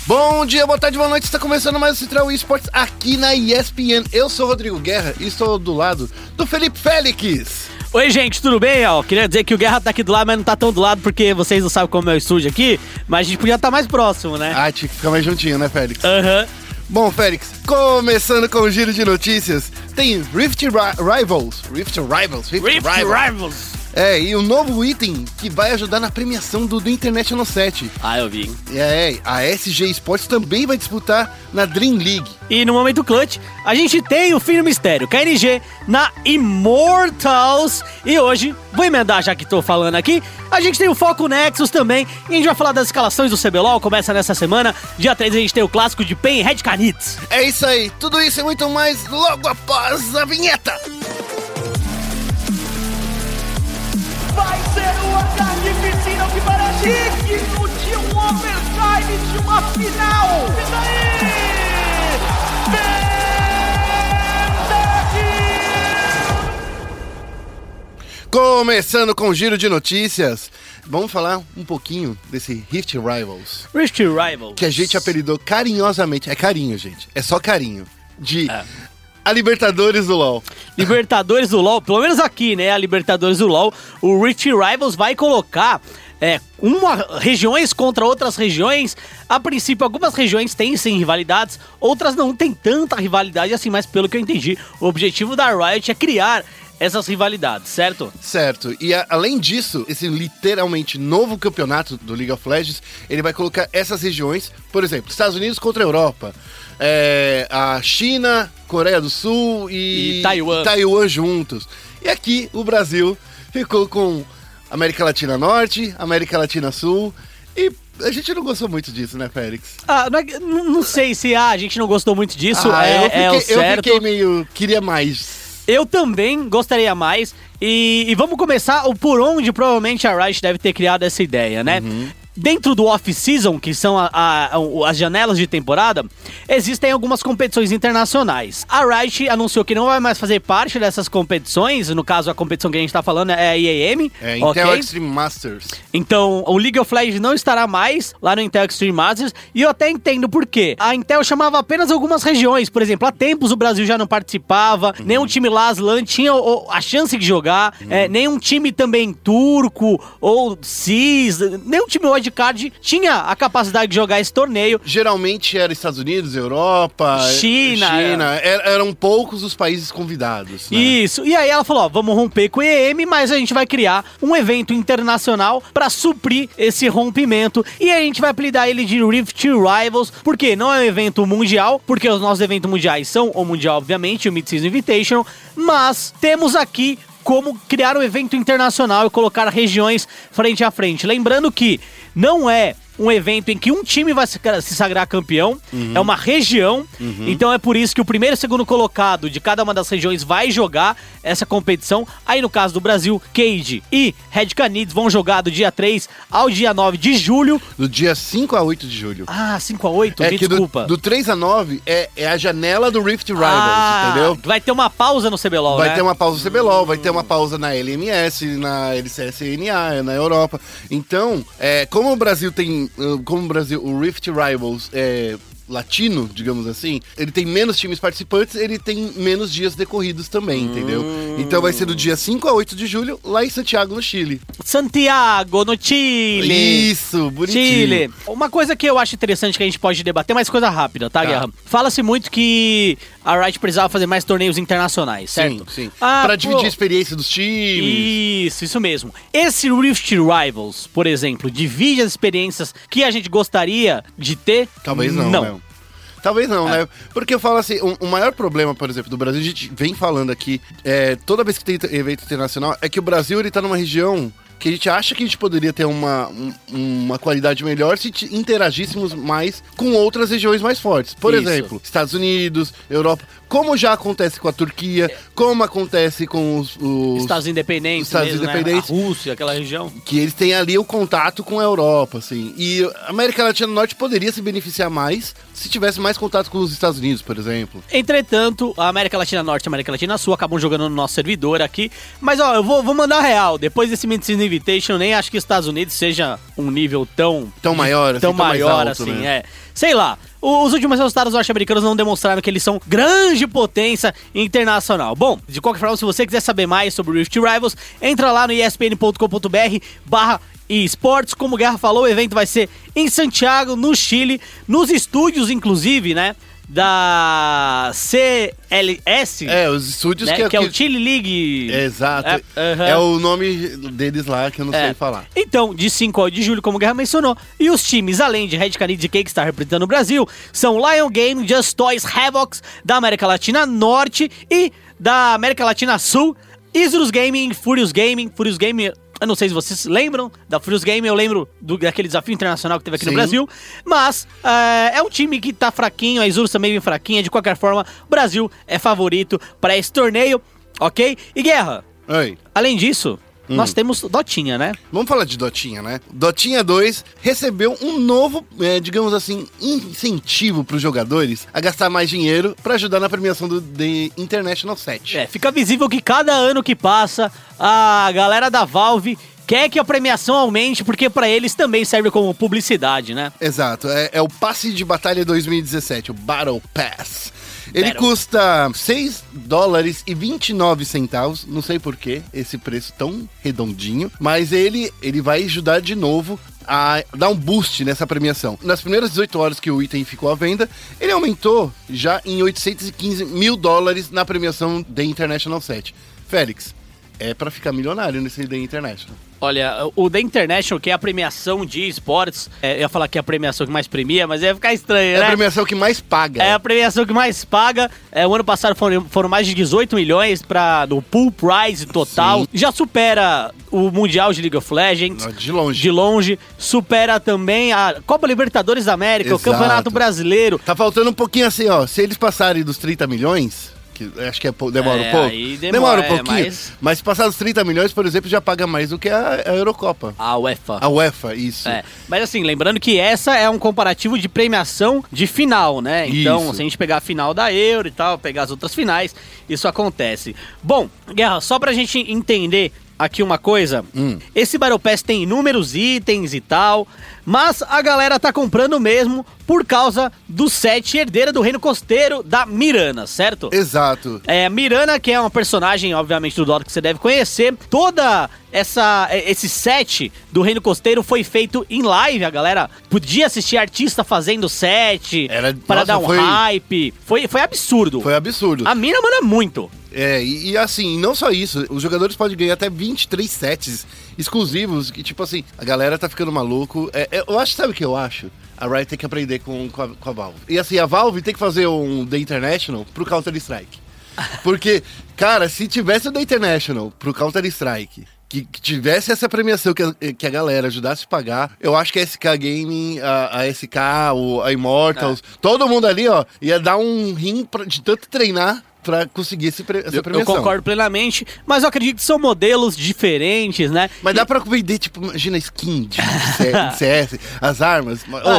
Bom dia, boa tarde, boa noite, está começando mais o Central Esports aqui na ESPN. Eu sou o Rodrigo Guerra e estou do lado do Felipe Félix. Oi, gente, tudo bem? Queria dizer que o Guerra tá aqui do lado, mas não tá tão do lado porque vocês não sabem como é o estúdio aqui, mas a gente podia estar mais próximo, né? Ah, tinha que ficar mais juntinho, né, Félix? Aham. Bom, Félix, começando com o giro de notícias, tem Rift Rivals. E um novo item que vai ajudar na premiação do International 7. Ah, eu vi. A SG Sports também vai disputar na Dream League. E no momento clutch, a gente tem o Fim do Mistério, KNG, na Immortals. E hoje, vou emendar já que tô falando aqui, a gente tem o Foco Nexus também. E a gente vai falar das escalações do CBLOL, começa nessa semana. Dia 3 a gente tem o clássico de PEN e Red Canids. É isso aí, tudo isso e muito mais logo após a vinheta. Vai ser uma carnificina que parece digno de um overtime de uma final. E daí? Começando com o giro de notícias, vamos falar um pouquinho desse Rift Rivals. Rift Rivals. Que a gente apelidou carinhosamente, é carinho, gente, é só carinho, de... A Libertadores do LoL. Libertadores do LoL, pelo menos aqui, né? A Libertadores do LoL, o Rift Rivals vai colocar regiões contra outras regiões. A princípio, algumas regiões têm sim rivalidades, outras não têm tanta rivalidade assim, mas pelo que eu entendi, o objetivo da Riot é criar essas rivalidades, certo? Certo, e além disso, esse literalmente novo campeonato do League of Legends, ele vai colocar essas regiões, por exemplo, Estados Unidos contra a Europa, a China, Coreia do Sul e Taiwan juntos. E aqui o Brasil ficou com América Latina Norte, América Latina Sul e... A gente não gostou muito disso, né, Félix? Não sei se a gente não gostou muito disso, eu fiquei meio... Queria mais. Eu também gostaria mais. E vamos começar por onde provavelmente a Riot deve ter criado essa ideia, né? Dentro do off-season, que são as janelas de temporada, existem algumas competições internacionais. A Riot anunciou que não vai mais fazer parte dessas competições, no caso a competição que a gente tá falando é a IEM. Intel Extreme Masters. Então, o League of Legends não estará mais lá no Intel Extreme Masters, e eu até entendo por quê. A Intel chamava apenas algumas regiões, por exemplo, há tempos o Brasil já não participava, nenhum time lá, Aslan, tinha a chance de jogar, nenhum time também turco ou CIS, nenhum time wildcard tinha a capacidade de jogar esse torneio. Geralmente era Estados Unidos, Europa, China. Eram poucos os países convidados, né? Isso, e aí ela falou, vamos romper com o IEM, mas a gente vai criar um evento internacional pra suprir esse rompimento, e a gente vai apelidar ele de Rift Rivals, porque não é um evento mundial, porque os nossos eventos mundiais são o Mundial, obviamente, o Mid-Season Invitational, mas temos aqui como criar um evento internacional e colocar regiões frente a frente. Lembrando que não é um evento em que um time vai se sagrar campeão, é uma região, então é por isso que o primeiro e segundo colocado de cada uma das regiões vai jogar essa competição. Aí no caso do Brasil, Cade e Red Canids vão jogar do dia 3 ao dia 9 de julho. Do dia 5 a 8 de julho. 5 a 8? Desculpa. Do 3 a 9 é a janela do Rift Rivals, entendeu? Vai ter uma pausa no CBLOL, Vai ter uma pausa no CBLOL, vai ter uma pausa na LMS, na LCSNA, na Europa. Então, como o Brasil, o Rift Rivals é latino, digamos assim, ele tem menos times participantes, ele tem menos dias decorridos também, entendeu? Então vai ser do dia 5 a 8 de julho, lá em Santiago, no Chile. Santiago, no Chile. Isso, bonitinho. Chile. Uma coisa que eu acho interessante que a gente pode debater, mas coisa rápida, tá, Guerra? Fala-se muito que a Riot precisava fazer mais torneios internacionais, certo? Sim. Pra dividir a experiência dos times. Isso mesmo. Esse Rift Rivals, por exemplo, divide as experiências que a gente gostaria de ter? Talvez não. Talvez não, né? Porque eu falo assim, o maior problema, por exemplo, do Brasil, a gente vem falando aqui, toda vez que tem evento internacional, é que o Brasil, ele tá numa região que a gente acha que a gente poderia ter uma qualidade melhor se interagíssemos mais com outras regiões mais fortes. Por exemplo, Estados Unidos, Europa, como já acontece com a Turquia, como acontece com os Estados Independentes, Estados mesmo, Independentes, né? A Rússia, aquela região. Que eles têm ali o contato com a Europa, assim. E a América Latina do Norte poderia se beneficiar mais se tivesse mais contato com os Estados Unidos, por exemplo. Entretanto, a América Latina Norte e a América Latina Sul acabam jogando no nosso servidor aqui. Mas, ó, eu vou mandar real. Depois desse Mid-Season Invitational, nem acho que os Estados Unidos seja um nível tão maior, tão mais maior alto, assim, né? Sei lá. Os últimos resultados norte-americanos não demonstraram que eles são grande potência internacional. Bom, de qualquer forma, se você quiser saber mais sobre o Rift Rivals, entra lá no espn.com.br/esportes. Como o Guerra falou, o evento vai ser em Santiago, no Chile, nos estúdios, inclusive, né, da CLS. Os estúdios né, que é o Chile League. Exato. É o nome deles lá que eu não sei falar. Então, de 5 a 8 de julho, como o Guerra mencionou, e os times, além de Red Canids e Cakestar representando o Brasil, são Lion Game, Just Toys, Havocs, da América Latina Norte e da América Latina Sul, Isurus Gaming, Furious Gaming, eu não sei se vocês lembram da Furious Game, eu lembro daquele desafio internacional que teve aqui no Brasil, mas é um time que tá fraquinho, a Isurus também vem fraquinha, de qualquer forma, o Brasil é favorito para esse torneio, ok? E Guerra, Oi. Além disso, nós temos Dotinha, né? Vamos falar de Dotinha, né? Dotinha 2 recebeu um novo, digamos assim, incentivo para os jogadores a gastar mais dinheiro para ajudar na premiação do The International 7. Fica visível que cada ano que passa, a galera da Valve quer que a premiação aumente, porque para eles também serve como publicidade, né? Exato, é o Passe de Batalha 2017, o Battle Pass. Ele custa $6,29, não sei por que esse preço tão redondinho, mas ele vai ajudar de novo a dar um boost nessa premiação. Nas primeiras 18 horas que o item ficou à venda, ele aumentou já em $815 mil na premiação The International 7. Félix, é pra ficar milionário nesse The International. Olha, o The International, que é a premiação de esportes, eu ia falar que é a premiação que mais premia, mas ia ficar estranho, né? É a premiação que mais paga. É a premiação que mais paga. O ano passado foram mais de 18 milhões do pool prize total. Sim. Já supera o Mundial de League of Legends. De longe. De longe. Supera também a Copa Libertadores da América, Exato. O Campeonato Brasileiro. Tá faltando um pouquinho assim, ó. Se eles passarem dos 30 milhões... que acho que demora um pouco. Demora um pouquinho. Mas se passar dos 30 milhões, por exemplo, já paga mais do que a Eurocopa. A UEFA. A UEFA, isso. Mas assim, lembrando que essa é um comparativo de premiação de final, né? Então, se a gente pegar a final da Euro e tal, pegar as outras finais, isso acontece. Bom, Guerra, só pra gente entender aqui uma coisa, esse Battle Pass tem inúmeros itens e tal, mas a galera tá comprando mesmo por causa do set herdeira do Reino Costeiro da Mirana, certo? Exato. Mirana, que é uma personagem, obviamente, do Dota que você deve conhecer, toda esse set do Reino Costeiro foi feito em live, a galera podia assistir artista fazendo set, para dar um hype, foi absurdo. Foi absurdo. A mina manda muito. E assim, não só isso, os jogadores podem ganhar até 23 sets exclusivos, que tipo assim, a galera tá ficando maluco. Eu acho, sabe o que eu acho? A Riot tem que aprender com a Valve. E assim, a Valve tem que fazer um The International pro Counter-Strike. Porque, cara, se tivesse o The International pro Counter-Strike, que tivesse essa premiação que a galera ajudasse a pagar, eu acho que a SK Gaming, a SK, a Immortals, todo mundo ali, ó, ia dar um rim de tanto treinar pra conseguir essa premiação. Eu concordo plenamente, mas eu acredito que são modelos diferentes, né? Mas dá pra vender, tipo, imagina skin de CS, as armas.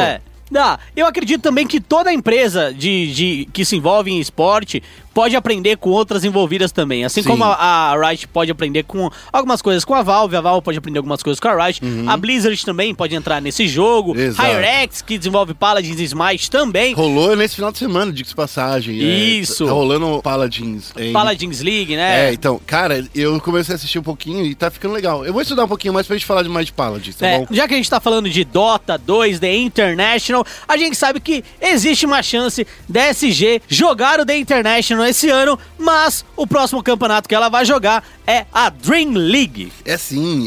Dá. Eu acredito também que toda empresa que se envolve em esporte pode aprender com outras envolvidas também. Assim como a Riot pode aprender com algumas coisas com a Valve pode aprender algumas coisas com a Riot. A Blizzard também pode entrar nesse jogo. HyRX, que desenvolve Paladins e Smite, também. Rolou nesse final de semana, diga-se passagem. Isso. Tá rolando Paladins. Paladins League, né? Então, cara, eu comecei a assistir um pouquinho e tá ficando legal. Eu vou estudar um pouquinho mais pra gente falar mais de Paladins, tá bom? Já que a gente tá falando de Dota 2, The International, a gente sabe que existe uma chance da SG jogar o The International esse ano, mas o próximo campeonato que ela vai jogar é a Dream League. Sim,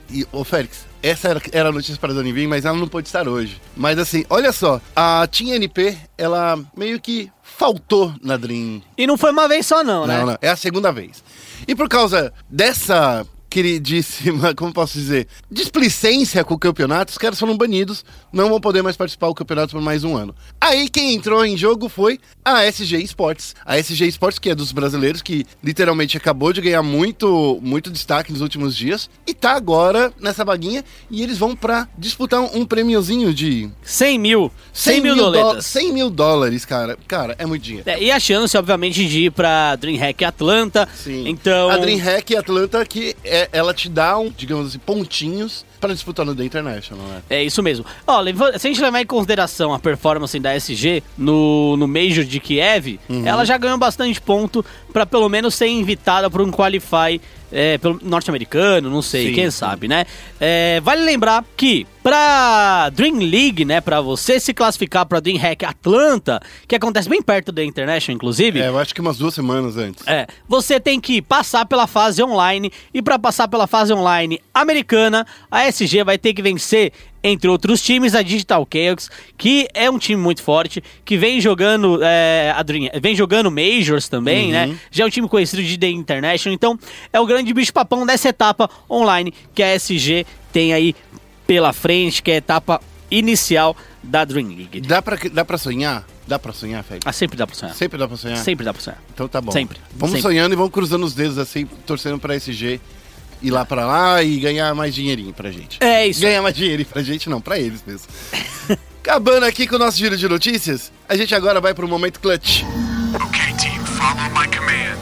Félix, essa era a notícia para a Dani Vim, mas ela não pôde estar hoje. Mas assim, olha só, a Team NP, ela meio que faltou na Dream. E não foi uma vez só não, né? Não, é a segunda vez. E por causa dessa queridíssima, como posso dizer, displicência com o campeonato, os caras foram banidos, não vão poder mais participar do campeonato por mais um ano. Aí quem entrou em jogo foi a SG Esports. A SG Esports, que é dos brasileiros, que literalmente acabou de ganhar muito destaque nos últimos dias, e tá agora nessa baguinha, e eles vão pra disputar um prêmiozinho de... 100 mil doletas. 100 mil dólares, cara. Cara, é muito dinheiro. E a chance, obviamente, de ir pra DreamHack Atlanta. Sim. Então... A DreamHack Atlanta, que é ela te dá, digamos assim, pontinhos pra disputar no The International, né? É isso mesmo. Ó, se a gente levar em consideração a performance da SG no Major de Kiev, ela já ganhou bastante ponto pra pelo menos ser invitada pra um Qualify pelo norte-americano, não sei, quem sabe, né? Vale lembrar que pra Dream League, né, pra você se classificar pra DreamHack Atlanta, que acontece bem perto da International, inclusive... eu acho que umas 2 semanas antes. Você tem que passar pela fase online, e pra passar pela fase online americana, a SG vai ter que vencer, entre outros times, a Digital Chaos, que é um time muito forte, que vem jogando vem jogando Majors também, né? Já é um time conhecido de The International, então é o grande bicho-papão dessa etapa online que a SG tem aí pela frente, que é a etapa inicial da Dream League. Dá pra sonhar? Dá pra sonhar, Félix? Sempre dá pra sonhar. Sempre dá pra sonhar? Sempre dá pra sonhar. Então tá bom. Sempre. Vamos sonhando e vamos cruzando os dedos assim, torcendo pra SG ir lá pra lá e ganhar mais dinheirinho pra gente. É isso. Ganhar mais dinheirinho pra gente, não, pra eles mesmo. Acabando aqui com o nosso giro de notícias, a gente agora vai pro momento clutch. Okay, team, follow my command.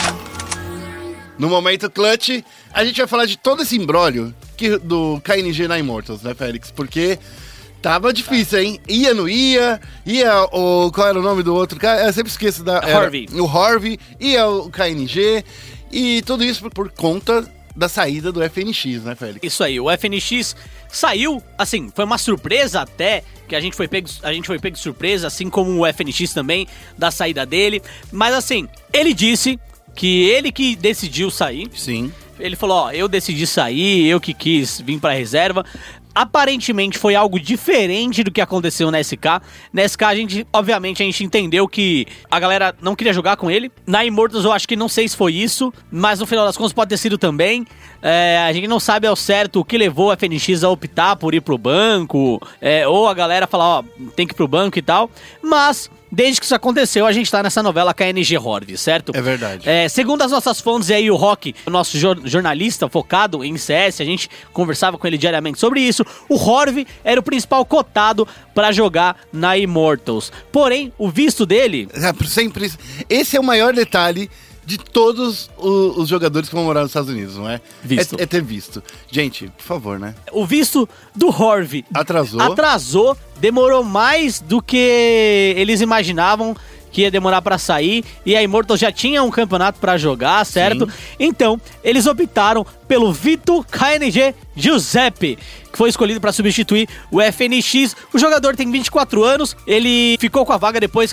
No momento clutch, a gente vai falar de todo esse imbróglio do KNG na Immortals, né, Félix? Porque tava difícil, hein? Ia, não ia qual era o nome do outro cara? Eu sempre esqueço Harvey. O Harvey, ia o KNG, e tudo isso por conta da saída do FNX, né, Félix? Isso aí, o FNX saiu, assim, foi uma surpresa até, que a gente foi pego de surpresa, assim como o FNX também, da saída dele, mas assim, ele disse que ele que decidiu sair. Sim. Ele falou, eu decidi sair, eu que quis vir pra reserva. Aparentemente foi algo diferente do que aconteceu na SK. Na SK, obviamente, a gente entendeu que a galera não queria jogar com ele. Na Immortals, eu acho que não sei se foi isso, mas no final das contas pode ter sido também. A gente não sabe ao certo o que levou a FNX a optar por ir pro banco, ou a galera falar, tem que ir pro banco e tal. Mas, desde que isso aconteceu, a gente tá nessa novela KNG Horde, certo? É verdade. Segundo as nossas fontes, e aí o Rock, o nosso jornalista focado em CS, a gente conversava com ele diariamente sobre isso, o Horv era o principal cotado pra jogar na Immortals. Porém, o visto dele... Sempre. Esse é o maior detalhe de todos os jogadores que vão morar nos Estados Unidos, não é? Visto. É ter visto. Gente, por favor, né? O visto do Horv atrasou, demorou mais do que eles imaginavam que ia demorar pra sair, e a Immortals já tinha um campeonato pra jogar, certo? Sim. Então, eles optaram pelo Vitor KNG Giuseppe, que foi escolhido pra substituir o FNX. O jogador tem 24 anos, ele ficou com a vaga depois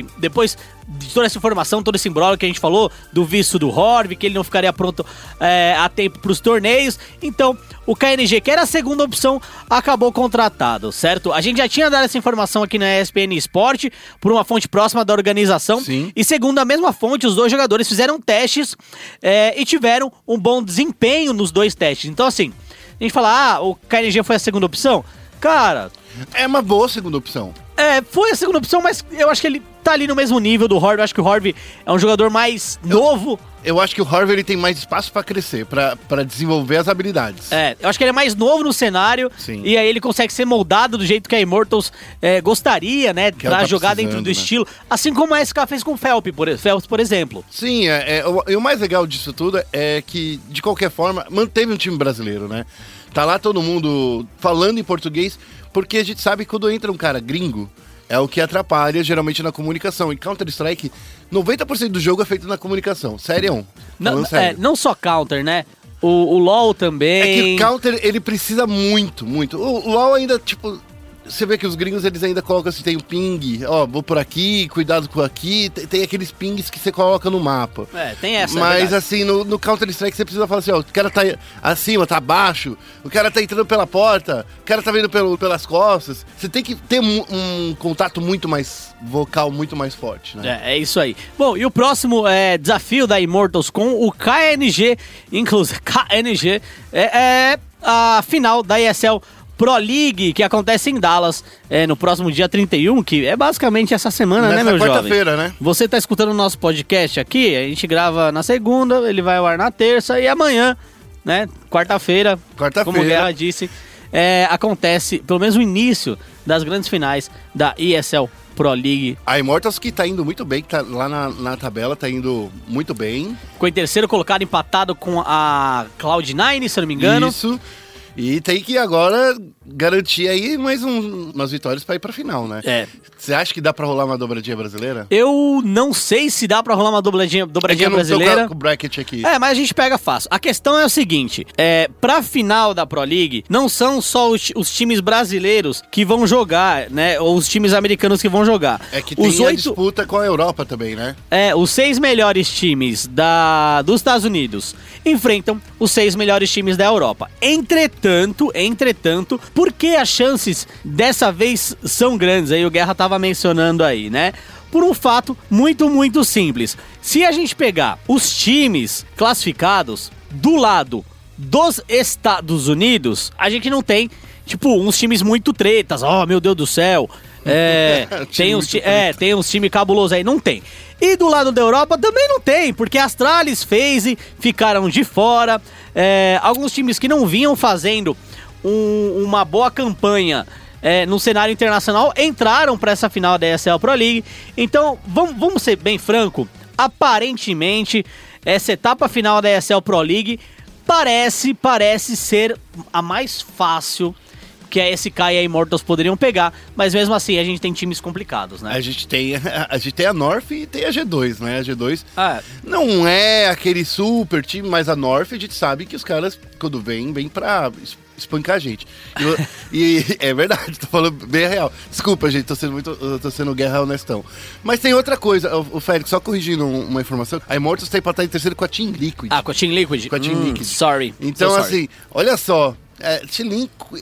de toda essa informação, todo esse imbróglio que a gente falou, do visto do Horv, que ele não ficaria pronto a tempo pros torneios. Então, o KNG, que era a segunda opção, acabou contratado, certo? A gente já tinha dado essa informação aqui na ESPN Sport, por uma fonte próxima da organização. Sim. E segundo a mesma fonte, os dois jogadores fizeram testes e tiveram um bom desempenho nos dois testes. Então, assim, a gente fala, o KNG foi a segunda opção? Cara... é uma boa segunda opção. Foi a segunda opção, mas eu acho que ele tá ali no mesmo nível do Horv. Eu acho que o Horv é um jogador mais novo. Eu acho que o Horv ele tem mais espaço pra crescer, pra desenvolver as habilidades. Eu acho que ele é mais novo no cenário. Sim. E aí ele consegue ser moldado do jeito que a Immortals gostaria, né? Pra jogar dentro do estilo. Assim como a SK fez com o Phelps, por exemplo. Sim, e o mais legal disso tudo é que, de qualquer forma, manteve um time brasileiro, né? Tá lá todo mundo falando em português, porque a gente sabe que quando entra um cara gringo, é o que atrapalha geralmente na comunicação. Em Counter-Strike, 90% do jogo é feito na comunicação. Sério? Sério. Não só Counter, né? O LoL também. É que o Counter, ele precisa muito, muito. O LoL ainda, tipo... você vê que os gringos, eles ainda colocam assim, tem o ping, vou por aqui, cuidado com aqui, tem aqueles pings que você coloca no mapa. Tem essa. Mas assim, no Counter-Strike você precisa falar assim, o cara tá acima, tá abaixo, o cara tá entrando pela porta, o cara tá vindo pelas costas. Você tem que ter um contato muito mais vocal, muito mais forte, né? É isso aí. Bom, e o próximo desafio da Immortals com o KNG, inclusive KNG, é a final da ESL Pro League, que acontece em Dallas no próximo dia 31, que é basicamente essa semana, né, meu jovem? Quarta-feira, né? Você tá escutando o nosso podcast aqui, a gente grava na segunda, ele vai ao ar na terça, e amanhã, né, quarta-feira, como o Guerra disse, acontece, pelo menos o início das grandes finais da ESL Pro League. A Immortals que tá indo muito bem, que tá lá na tabela, tá indo muito bem. Ficou em terceiro colocado, empatado com a Cloud9, se eu não me engano. Isso. E tem que agora garantir aí mais umas vitórias pra ir pra final, né? É. Você acha que dá pra rolar uma dobradinha brasileira? Eu não sei se dá pra rolar uma dobradinha Eu não brasileira. tô com o bracket aqui. Mas a gente pega fácil. A questão é o seguinte, pra final da Pro League, não são só os times brasileiros que vão jogar, né? Ou os times americanos que vão jogar. É que tem a disputa com a Europa também, né? Os 6 melhores times dos Estados Unidos enfrentam os 6 melhores times da Europa. Entretanto, por que as chances dessa vez são grandes? Aí o Guerra tava mencionando aí, né? Por um fato muito, muito simples. Se a gente pegar os times classificados do lado dos Estados Unidos, a gente não tem, tipo, uns times muito tretas. Oh, meu Deus do céu. Tem uns times cabulosos aí. Não tem. E do lado da Europa também não tem, porque Astralis, FaZe ficaram de fora. Alguns times que não vinham fazendo uma boa campanha no cenário internacional entraram para essa final da ESL Pro League. Então, vamos ser bem franco, aparentemente, essa etapa final da ESL Pro League parece ser a mais fácil que a SK e a Immortals poderiam pegar, mas mesmo assim a gente tem times complicados, né? A gente tem a North e tem a G2, né? A G2 não é aquele super time, mas a North a gente sabe que os caras, quando vem pra espancar a gente. E é verdade, tô falando bem real. Desculpa, gente, tô sendo guerra honestão. Mas tem outra coisa, o Félix, só corrigindo uma informação, a Immortals tá empatada em terceiro com a Team Liquid. Com a Team Liquid? Com a Team Liquid. Sorry. Então, assim, olha só, Team Liquid,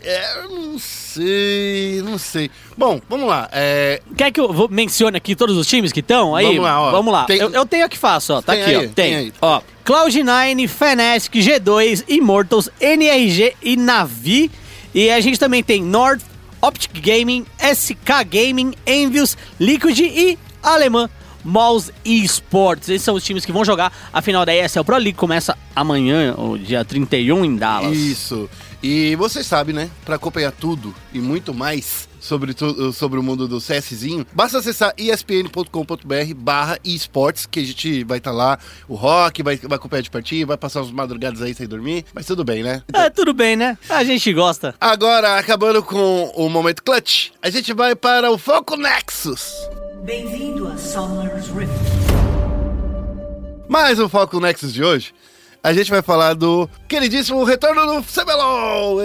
não sei. Bom, vamos lá. Quer que eu mencione aqui todos os times que estão aí? Vamos lá, ó. Vamos lá. Eu tenho aqui fácil, ó. Tá aqui, ó. Tem aí. Ó, Cloud9, Fnatic, G2, Immortals, NRG e Navi. E a gente também tem North, Optic Gaming, SK Gaming, Envious, Liquid e Alemã Mouse Esports. Esses são os times que vão jogar a final da ESL Pro League. Começa amanhã, o dia 31, em Dallas. Isso. E você sabe, né? Pra acompanhar tudo e muito mais sobre o mundo do CSzinho, basta acessar espn.com.br/esports, que a gente vai estar lá, o Rock vai acompanhar de pertinho, vai passar uns madrugadas aí sem dormir, mas tudo bem, né? Tudo bem, né? A gente gosta. Agora, acabando com o momento clutch, a gente vai para o Foco Nexus. Bem-vindo a Summer's Rift. Mais um Foco Nexus de hoje, a gente vai falar do queridíssimo retorno do CBLOL.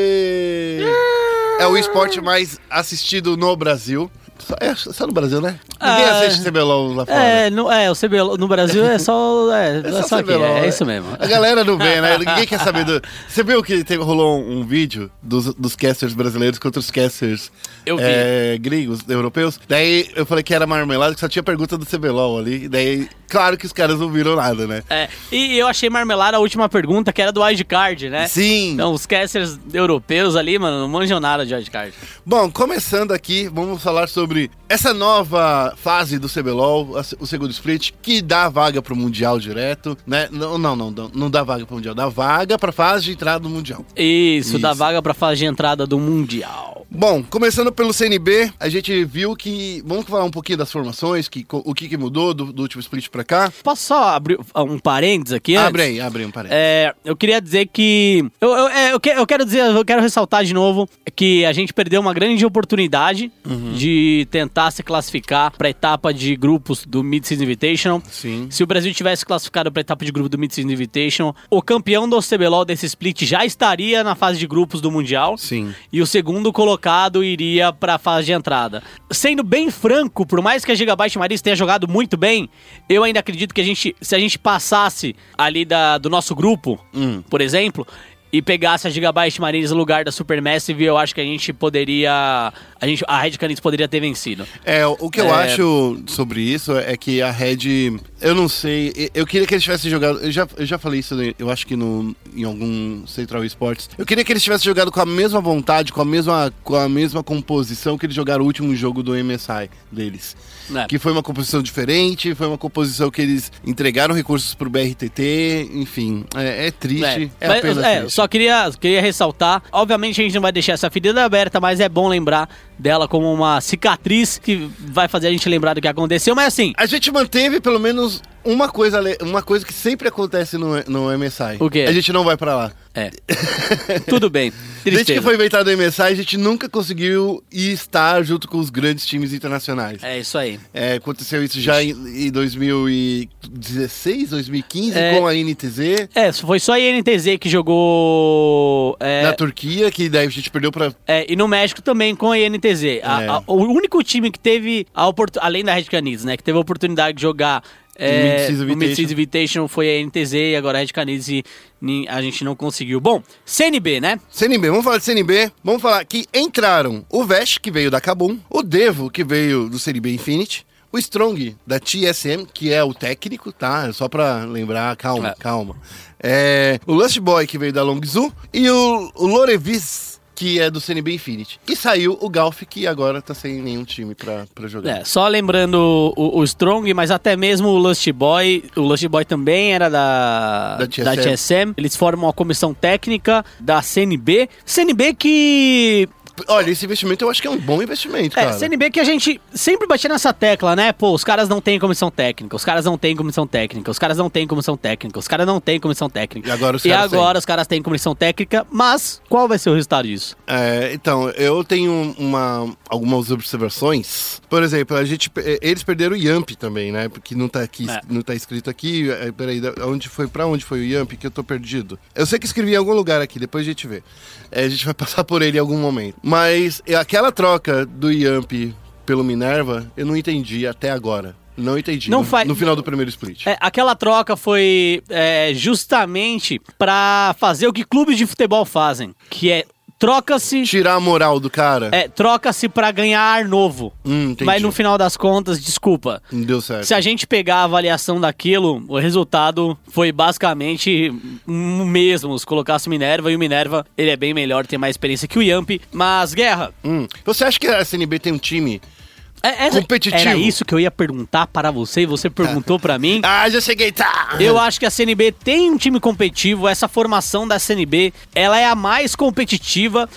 É o esporte mais assistido no Brasil. Só no Brasil, né? Ninguém assiste CBLOL lá fora. O CBLOL no Brasil é só... só aqui, CBLOL, é isso mesmo. A galera não vê, né? Ninguém quer saber do... Você viu que rolou um vídeo dos casters brasileiros contra os casters gringos, europeus? Daí eu falei que era marmelada, que só tinha pergunta do CBLOL ali. Daí, claro que os caras não viram nada, né? E eu achei marmelada a última pergunta, que era do wildcard, né? Sim. Então, os casters europeus ali, mano, não manjam nada de wildcard. Bom, começando aqui, vamos falar sobre essa nova fase do CBLOL, o segundo split, que dá vaga pro Mundial direto, né? Não dá vaga pro Mundial, dá vaga pra fase de entrada do Mundial. Isso, dá vaga pra fase de entrada do Mundial. Bom, começando pelo CNB, a gente viu que... Vamos falar um pouquinho das formações, o que mudou do último split pra cá. Posso só abrir um parênteses aqui antes? Abre um parênteses. Eu queria dizer que... Eu quero ressaltar de novo que a gente perdeu uma grande oportunidade de tentar se classificar pra etapa de grupos do Mid-Season Invitational. Sim. Se o Brasil tivesse classificado pra etapa de grupo do Mid-Season Invitational, o campeão do CBLOL desse split já estaria na fase de grupos do Mundial. Sim. E o segundo colocado iria pra fase de entrada. Sendo bem franco, por mais que a Gigabyte Marines tenha jogado muito bem, eu ainda acredito que se a gente passasse ali do nosso grupo, por exemplo, e pegasse a Gigabyte Marines no lugar da Supermassive, eu acho que a gente poderia... A Red Canids poderia ter vencido. O que eu acho sobre isso é que a Red... Eu não sei... Eu queria que eles tivessem jogado... Eu já falei isso, eu acho que em algum Central Esports. Eu queria que eles tivessem jogado com a mesma vontade, com a mesma composição que eles jogaram o último jogo do MSI deles. Que foi uma composição diferente, foi uma composição que eles entregaram recursos pro BRTT, enfim, é triste, apenas triste. Só queria ressaltar, obviamente a gente não vai deixar essa ferida aberta, mas é bom lembrar dela como uma cicatriz que vai fazer a gente lembrar do que aconteceu, mas assim... A gente manteve pelo menos uma coisa que sempre acontece no MSI. O quê? A gente não vai pra lá. É. Tudo bem. Desde que foi inventado o MSI, a gente nunca conseguiu estar junto com os grandes times internacionais. É isso aí. Aconteceu isso já em 2016, 2015, com a NTZ. Foi só a NTZ que jogou... Na Turquia, que daí a gente perdeu pra... e no México também com a NTZ. O único time que teve, além da Red Canids, né, que teve a oportunidade de jogar... o Mid-Season Invitation foi a NTZ e agora a Red Canids a gente não conseguiu. Bom, CNB, né? CNB, vamos falar de CNB. Vamos falar que entraram o Vesh, que veio da Kabum, o Devo, que veio do CNB Infinity, o Strong, da TSM, que é o técnico, tá? Só pra lembrar, calma. O Lust Boy, que veio da Longzhu, e o Lorevis, que é do CNB Infinity. E saiu o Galf, que agora tá sem nenhum time pra jogar. Só lembrando o Strong, mas até mesmo o Lust Boy. O Lust Boy também era da TSM. Eles formam a comissão técnica da CNB. CNB que... Olha, esse investimento eu acho que é um bom investimento, cara. CNB que a gente sempre batia nessa tecla, né? Pô, os caras não têm comissão técnica, os caras não têm comissão técnica, os caras não tém comissão técnica, os caras não têm comissão técnica. E agora os caras têm comissão técnica, mas qual vai ser o resultado disso? Então, eu tenho algumas observações. Por exemplo, eles perderam o Yamp também, né? Porque não tá aqui, não tá escrito aqui. Peraí, pra onde foi o Yamp que eu tô perdido? Eu sei que escrevi em algum lugar aqui, depois a gente vê. A gente vai passar por ele em algum momento. Mas aquela troca do Yamp pelo Minerva, eu não entendi até agora. Não entendi. No final do primeiro split. Aquela troca foi justamente pra fazer o que clubes de futebol fazem, que é troca-se... Tirar a moral do cara? Troca-se pra ganhar ar novo. Mas no final das contas, desculpa. Não deu certo. Se a gente pegar a avaliação daquilo, o resultado foi basicamente o mesmo. Se colocasse o Minerva, e o Minerva, ele é bem melhor, tem mais experiência que o Yamp. Mas, Guerra... Você acha que a CNB tem um time... competitivo? Era isso que eu ia perguntar para você e você perguntou pra mim. Já cheguei, tá! Eu acho que a CNB tem um time competitivo, essa formação da CNB, ela é a mais competitiva,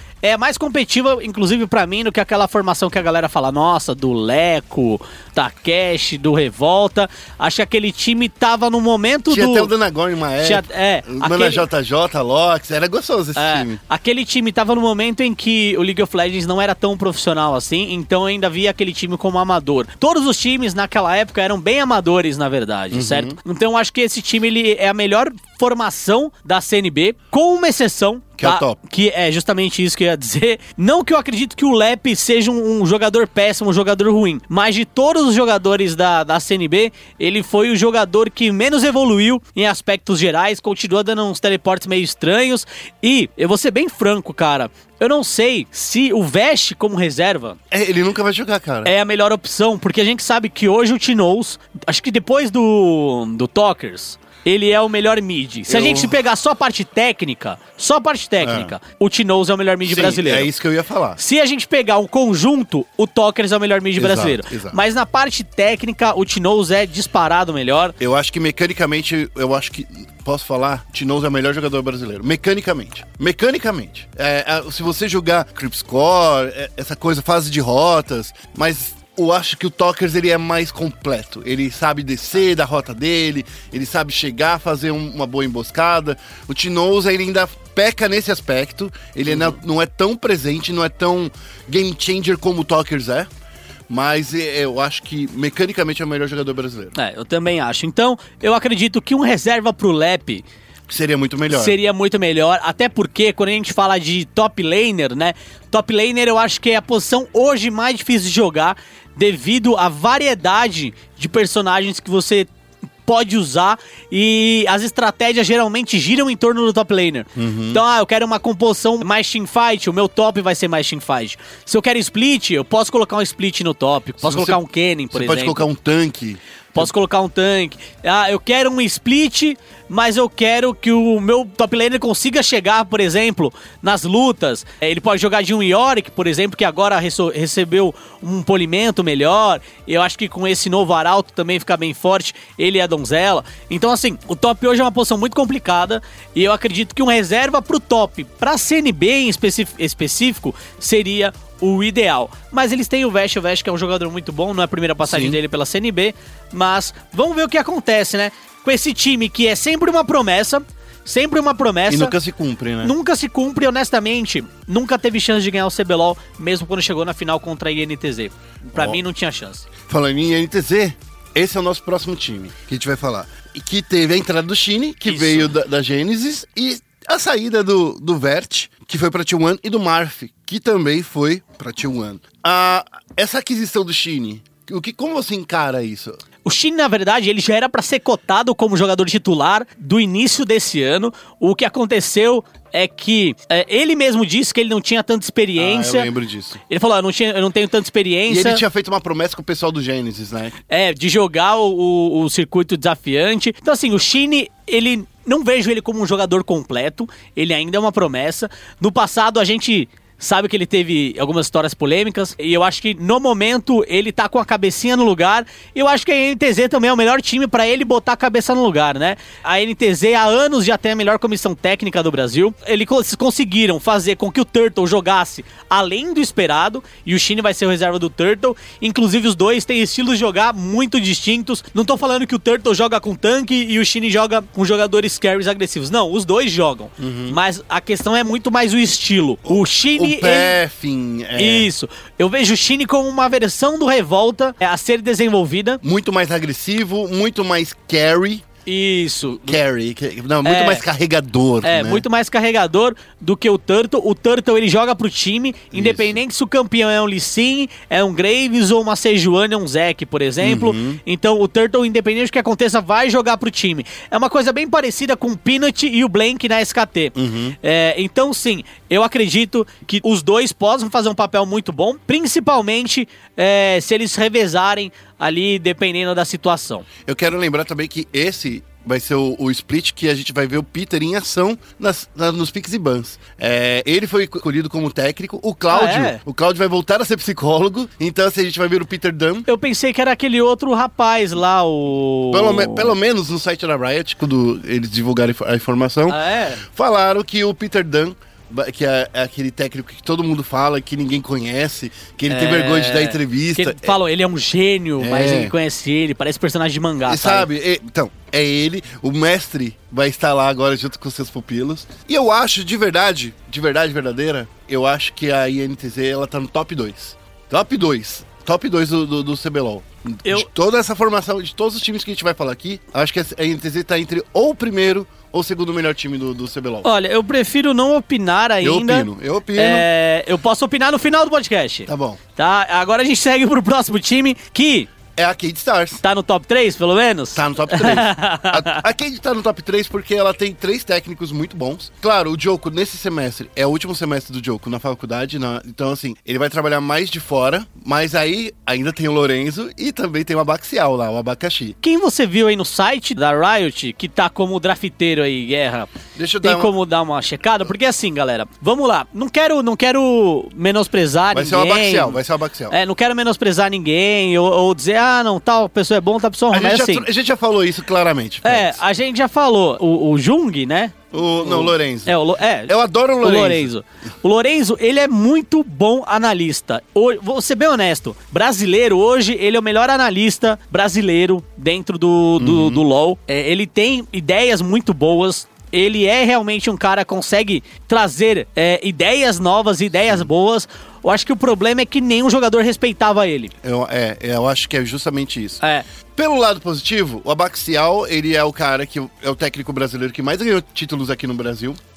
inclusive pra mim, do que aquela formação que a galera fala, nossa, do Leco, Takeshi, do Revolta. Acho que aquele time tava no momento Tinha até o Danagorn, Maé, Mana JJ, Lox, era gostoso esse time. Aquele time tava no momento em que o League of Legends não era tão profissional assim, então eu ainda via aquele time como amador. Todos os times naquela época eram bem amadores, na verdade, certo? Então eu acho que esse time ele é a melhor formação da CNB, com uma exceção, que é o top. Que é justamente isso que eu ia dizer. Não que eu acredito que o Lep seja um jogador péssimo, um jogador ruim, mas de todos os jogadores da CNB, ele foi o jogador que menos evoluiu em aspectos gerais, continua dando uns teleportes meio estranhos, e eu vou ser bem franco, cara, eu não sei se o Vesh como reserva... ele nunca vai jogar, cara. É a melhor opção, porque a gente sabe que hoje o T-Nose, acho que depois do Talkers, ele é o melhor mid. Se a gente pegar só a parte técnica, o T-Nose é o melhor mid brasileiro. É isso que eu ia falar. Se a gente pegar um conjunto, o Talkers é o melhor mid brasileiro. Exato. Mas na parte técnica, o T-Nose é disparado melhor. Eu acho que mecanicamente, posso falar? T-Nose é o melhor jogador brasileiro. Mecanicamente. Se você jogar Creep Score, essa coisa, fase de rotas, mas... Eu acho que o Talkers ele é mais completo. Ele sabe descer da rota dele, ele sabe chegar, fazer uma boa emboscada. O T-Nose ele ainda peca nesse aspecto. Ele não é tão presente, não é tão game changer como o Talkers é. Mas eu acho que mecanicamente é o melhor jogador brasileiro. Eu também acho. Então, eu acredito que um reserva pro Lep... Seria muito melhor. Seria muito melhor, até porque quando a gente fala de top laner, né? Top laner eu acho que é a posição hoje mais difícil de jogar, devido à variedade de personagens que você pode usar e as estratégias geralmente giram em torno do top laner. Então, eu quero uma composição mais teamfight, o meu top vai ser mais teamfight. Se eu quero split, eu posso colocar um split no top, posso colocar um Kennen, por exemplo. Você pode colocar um tanque. Posso colocar um tanque. Ah, eu quero um split, mas eu quero que o meu top laner consiga chegar, por exemplo, nas lutas. Ele pode jogar de um Yorick, por exemplo, que agora recebeu um polimento melhor. Eu acho que com esse novo Arauto também fica bem forte, ele e a Donzela. Então, assim, o top hoje é uma posição muito complicada e eu acredito que um reserva pro top, pra CNB em específico, seria o ideal. Mas eles têm o Vest que é um jogador muito bom, não é a primeira passagem dele pela CNB, mas vamos ver o que acontece, né? Com esse time que é sempre uma promessa. E nunca se cumpre, né? Nunca se cumpre, honestamente. Nunca teve chance de ganhar o CBLOL, mesmo quando chegou na final contra a INTZ. Pra mim, não tinha chance. Falando em INTZ, esse é o nosso próximo time que a gente vai falar. E que teve a entrada do Shine, que veio da Gênesis, e a saída do Vert, que foi pra T1, e do Marth, que também foi pra T1. Essa aquisição do Shine, como você encara isso? O Shine, na verdade, ele já era pra ser cotado como jogador titular do início desse ano. O que aconteceu é que ele mesmo disse que ele não tinha tanta experiência. Eu lembro disso. Ele falou, eu não tenho tanta experiência. E ele tinha feito uma promessa com o pessoal do Gênesis, né? De jogar o circuito desafiante. Então, assim, o Shine, ele... Não vejo ele como um jogador completo, ele ainda é uma promessa. No passado a gente sabe que ele teve algumas histórias polêmicas, e eu acho que no momento ele tá com a cabecinha no lugar, e eu acho que a NTZ também é o melhor time pra ele botar a cabeça no lugar, né? A NTZ há anos já tem a melhor comissão técnica do Brasil, eles conseguiram fazer com que o Turtle jogasse além do esperado, e o Shine vai ser o reserva do Turtle, inclusive os dois têm estilos de jogar muito distintos. Não tô falando que o Turtle joga com tanque e o Shine joga com jogadores carries agressivos, não, os dois jogam, mas a questão é muito mais o estilo. O Shine... Isso. Eu vejo o Shine como uma versão do Revolta a ser desenvolvida. Muito mais agressivo, muito mais carry. Isso. Carry. Não, muito mais carregador, né? Muito mais carregador do que o Turtle. O Turtle, ele joga pro time, independente se o campeão é um Lee Sin, é um Graves ou uma Sejuani, um Zek, por exemplo. Então, o Turtle, independente do que aconteça, vai jogar pro time. É uma coisa bem parecida com o Peanut e o Blank na SKT. Então, sim, eu acredito que os dois possam fazer um papel muito bom, principalmente se eles revezarem ali, dependendo da situação. Eu quero lembrar também que esse vai ser o split que a gente vai ver o Peter em ação nos picks e bans. Ele foi escolhido como técnico. O Cláudio vai voltar a ser psicólogo. Então, assim, a gente vai ver o Peter Dunn. Eu pensei que era aquele outro rapaz lá, o... Pelo menos no site da Riot, quando eles divulgaram a informação, falaram que o Peter Dunn, que é aquele técnico que todo mundo fala, que ninguém conhece, que ele tem vergonha de dar entrevista. Falam, ele é um gênio, mas ninguém conhece ele, parece personagem de mangá, sabe? Então, é ele, o mestre vai estar lá agora junto com seus pupilos. E eu acho, de verdade verdadeira, eu acho que a INTZ, ela tá no top 2. Top 2 do CBLOL. De toda essa formação, de todos os times que a gente vai falar aqui, acho que a INTZ tá entre ou o primeiro ou o segundo melhor time do CBLOL. Olha, eu prefiro não opinar ainda. Eu opino. Eu posso opinar no final do podcast. Tá bom. Tá? Agora a gente segue pro próximo time, que... é a Cade Stars. Tá no top 3, pelo menos? Tá no top 3. A Cade tá no top 3 porque ela tem 3 técnicos muito bons. Claro, o Joko, nesse semestre, é o último semestre do Joko na faculdade. Então, assim, ele vai trabalhar mais de fora. Mas aí, ainda tem o Lorenzo e também tem o Abaxial lá, o Abacaxi. Quem você viu aí no site da Riot, que tá como drafteiro aí, Guerra? Deixa eu como dar uma checada? Porque assim, galera, vamos lá. Não quero menosprezar ninguém. Vai ser o Abaxial. Não quero menosprezar ninguém ou dizer, não, tal pessoa é bom, tal pessoa ruim. A gente já falou isso claramente. A gente já falou. O Jung, né? O Lorenzo. Eu adoro o Lorenzo. O Lorenzo, ele é muito bom analista. Vou ser bem honesto, brasileiro hoje, ele é o melhor analista brasileiro dentro do LoL. Ele tem ideias muito boas. Ele é realmente um cara que consegue trazer ideias novas, ideias boas. Eu acho que o problema é que nenhum jogador respeitava ele. Eu acho que é justamente isso. Pelo lado positivo, o Abaxial, ele é o cara que é o técnico brasileiro que mais ganhou títulos aqui no Brasil.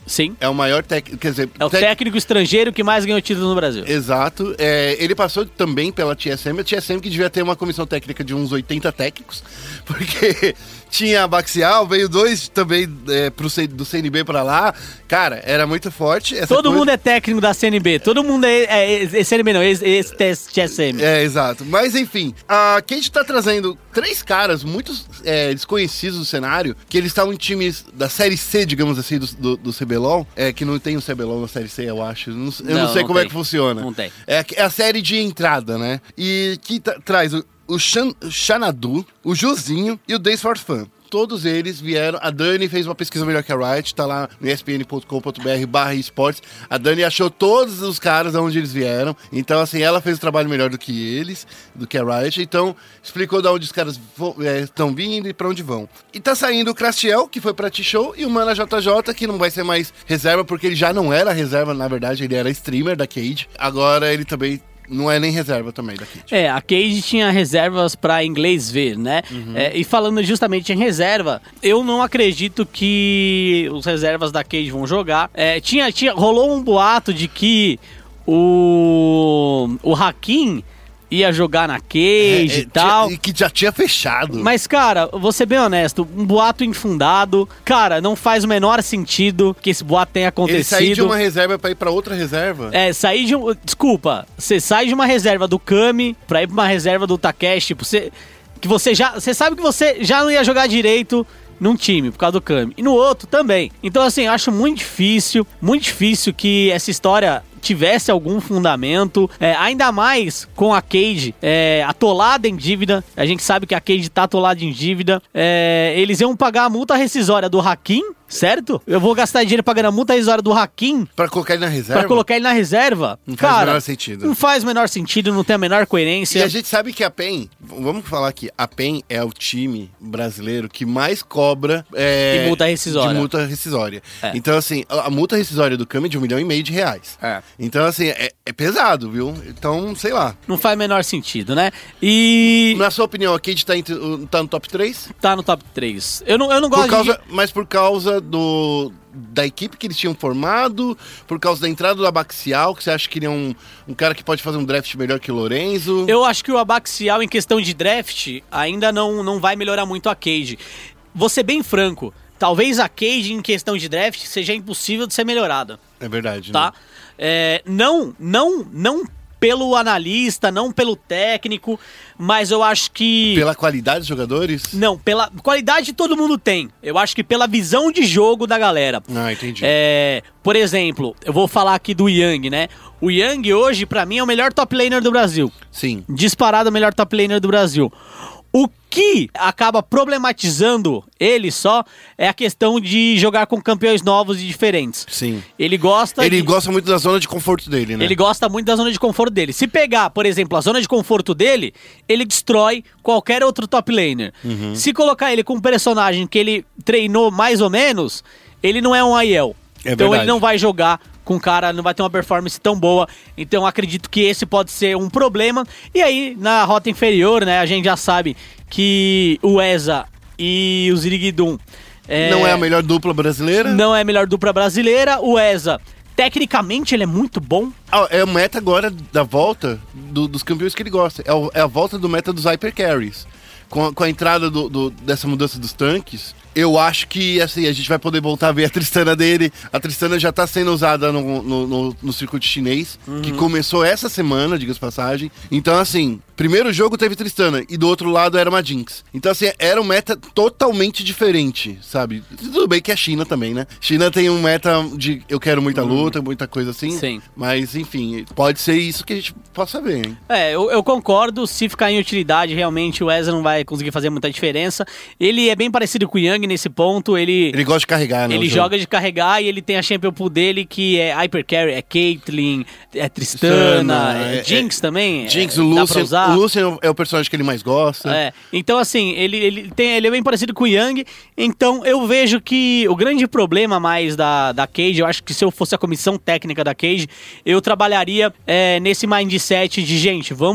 Sim. É o maior técnico, quer dizer... É o técnico estrangeiro que mais ganhou títulos no Brasil. Exato. Ele passou também pela TSM, a TSM que devia ter uma comissão técnica de uns 80 técnicos, porque tinha a Baxial, veio 2 também do CNB pra lá. Cara, era muito forte. Todo mundo é técnico da CNB, todo mundo é CNB não, TSM. Exato. Mas enfim, a Cade tá trazendo 3 caras muito desconhecidos do cenário, que eles estavam em times da Série C, digamos assim, do CBLOL, que não tem o CBLOL na Série C, eu acho. Eu não sei como é que funciona. Não tem. É a série de entrada, né? E que traz o Xanadu, o Juzinho e o Days for Fun. Todos eles vieram. A Dani fez uma pesquisa melhor que a Riot, tá lá no espn.com.br/esportes. A Dani achou todos os caras de onde eles vieram. Então, assim, ela fez o trabalho melhor do que eles, do que a Riot. Então, explicou de onde os caras estão vindo e pra onde vão. E tá saindo o Crastiel, que foi pra T-Show, e o Mana JJ, que não vai ser mais reserva, porque ele já não era reserva, na verdade, ele era streamer da Cade. Agora ele também não é nem reserva também da Cade. A Cade tinha reservas pra inglês ver, né? E falando justamente em reserva, eu não acredito que os reservas da Cade vão jogar. Rolou um boato de que o Hakim ia jogar na Cade e tal. E que já tinha fechado. Mas, cara, vou ser bem honesto, um boato infundado, cara, não faz o menor sentido que esse boato tenha acontecido. Ele sair de uma reserva pra ir pra outra reserva? Sair de Desculpa, você sai de uma reserva do Kami pra ir pra uma reserva do Takeshi, você sabe que você já não ia jogar direito num time, por causa do Kami. E no outro também. Então, assim, acho muito difícil que essa história tivesse algum fundamento, ainda mais com a Cade atolada em dívida. A gente sabe que a Cade tá atolada em dívida. Eles iam pagar a multa rescisória do Hakim, certo? Eu vou gastar dinheiro pagando a multa rescisória do Hakim pra colocar ele na reserva? Pra colocar ele na reserva. Não faz o menor sentido. Não faz o menor sentido, não tem a menor coerência. E a gente sabe que a PEN, vamos falar aqui, a PEN é o time brasileiro que mais cobra de multa rescisória. Então, assim, a multa rescisória do Kami é de R$1,5 milhão. Então, assim, é pesado, viu? Então, sei lá. Não faz o menor sentido, né? E... Na sua opinião, a Cade tá no top 3? Tá no top 3. Eu não gosto Mas por causa da equipe que eles tinham formado, por causa da entrada do Abaxial, que você acha que ele é um cara que pode fazer um draft melhor que o Lorenzo? Eu acho que o Abaxial, em questão de draft, ainda não vai melhorar muito a Cade. Vou ser bem franco, talvez a Cade, em questão de draft, seja impossível de ser melhorada. É verdade, tá? Né? Não pelo analista, não pelo técnico, mas eu acho que... Pela qualidade dos jogadores? Não, pela qualidade todo mundo tem. Eu acho que pela visão de jogo da galera. Ah, entendi. Por exemplo, eu vou falar aqui do Yang, né? O Yang hoje, pra mim, é o melhor top laner do Brasil. Sim. Disparado o melhor top laner do Brasil. O que acaba problematizando ele só é a questão de jogar com campeões novos e diferentes. Sim. Ele gosta muito da zona de conforto dele, né? Ele gosta muito da zona de conforto dele. Se pegar, por exemplo, a zona de conforto dele, ele destrói qualquer outro top laner. Se colocar ele com um personagem que ele treinou mais ou menos, ele não é um Aiel. Então verdade. Ele não vai jogar com o cara, não vai ter uma performance tão boa. Então acredito que esse pode ser um problema. E aí, na rota inferior, né, a gente já sabe que o ESA e o Zirigdum... não é a melhor dupla brasileira? Não é a melhor dupla brasileira. O ESA, tecnicamente, ele é muito bom. É o meta agora da volta dos campeões que ele gosta. É a volta do meta dos Hyper Carries. Com a entrada dessa mudança dos tanques, eu acho que assim, a gente vai poder voltar a ver a Tristana dele. A Tristana já tá sendo usada no circuito chinês, que começou essa semana, diga-se passagem. Então, assim, primeiro jogo teve Tristana e do outro lado era uma Jinx. Então, assim, era um meta totalmente diferente, sabe? Tudo bem que é China também, né? China tem um meta de eu quero muita luta, muita coisa assim. Sim. Mas, enfim, pode ser isso que a gente possa ver, hein? Eu concordo. Se ficar em utilidade, realmente o Ezra não vai conseguir fazer muita diferença. Ele é bem parecido com o Yang nesse ponto. Ele gosta de carregar, né? Ele joga de carregar e ele tem a champion pool dele que é Hyper Carry, é Caitlyn, é Tristana, é Jinx também. Jinx, o Lucian. O Lucian é o personagem que ele mais gosta. Então, assim, ele é bem parecido com o Yang. Então, eu vejo que o grande problema mais da Cade, eu acho que se eu fosse a comissão técnica da Cade, eu trabalharia nesse mindset de, gente, vamos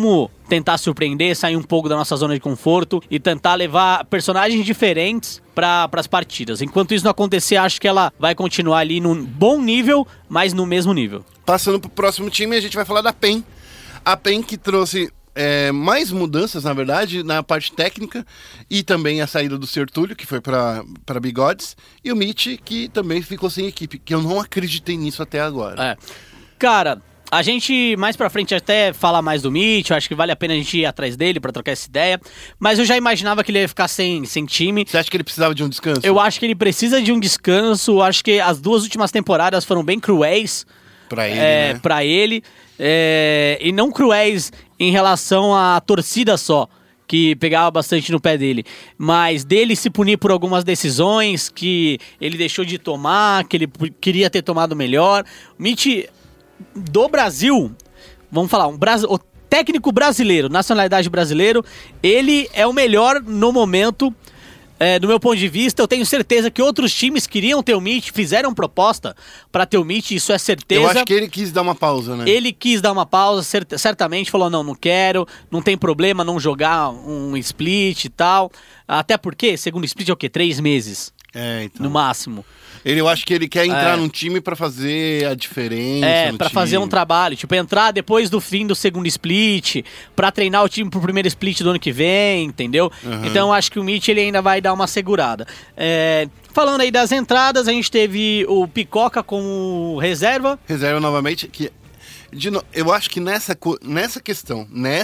tentar surpreender, sair um pouco da nossa zona de conforto e tentar levar personagens diferentes para as partidas. Enquanto isso não acontecer, acho que ela vai continuar ali num bom nível, mas no mesmo nível. Passando pro próximo time, a gente vai falar da PEN. A PEN que trouxe mais mudanças, na verdade, na parte técnica, e também a saída do Sertúlio, que foi para Bigodes, e o Mitch, que também ficou sem equipe, que eu não acreditei nisso até agora. Cara, a gente mais pra frente até fala mais do Mitch, eu acho que vale a pena a gente ir atrás dele pra trocar essa ideia, mas eu já imaginava que ele ia ficar sem time. Você acha que ele precisava de um descanso? Eu acho que ele precisa de um descanso, eu acho que as 2 últimas temporadas foram bem cruéis pra ele, né? Pra ele, e não cruéis em relação à torcida só, que pegava bastante no pé dele, mas dele se punir por algumas decisões que ele deixou de tomar, que ele queria ter tomado melhor. O Mitch do Brasil, vamos falar, o técnico brasileiro, nacionalidade brasileiro, ele é o melhor no momento. Do meu ponto de vista, eu tenho certeza que outros times queriam ter o Mitch, fizeram proposta para ter o Mitch, isso é certeza. Eu acho que ele quis dar uma pausa, né? Ele quis dar uma pausa, certamente falou, não quero, não tem problema não jogar um split e tal. Até porque, segundo split é o quê? 3 meses, então. no máximo. Eu acho que ele quer entrar num time pra fazer a diferença. Pra fazer um trabalho. Tipo, entrar depois do fim do segundo split, pra treinar o time pro primeiro split do ano que vem, entendeu? Uhum. Então eu acho que o Mitch ele ainda vai dar uma segurada. Falando aí das entradas, a gente teve o Picoca como reserva. Reserva novamente. Eu acho que nessa questão,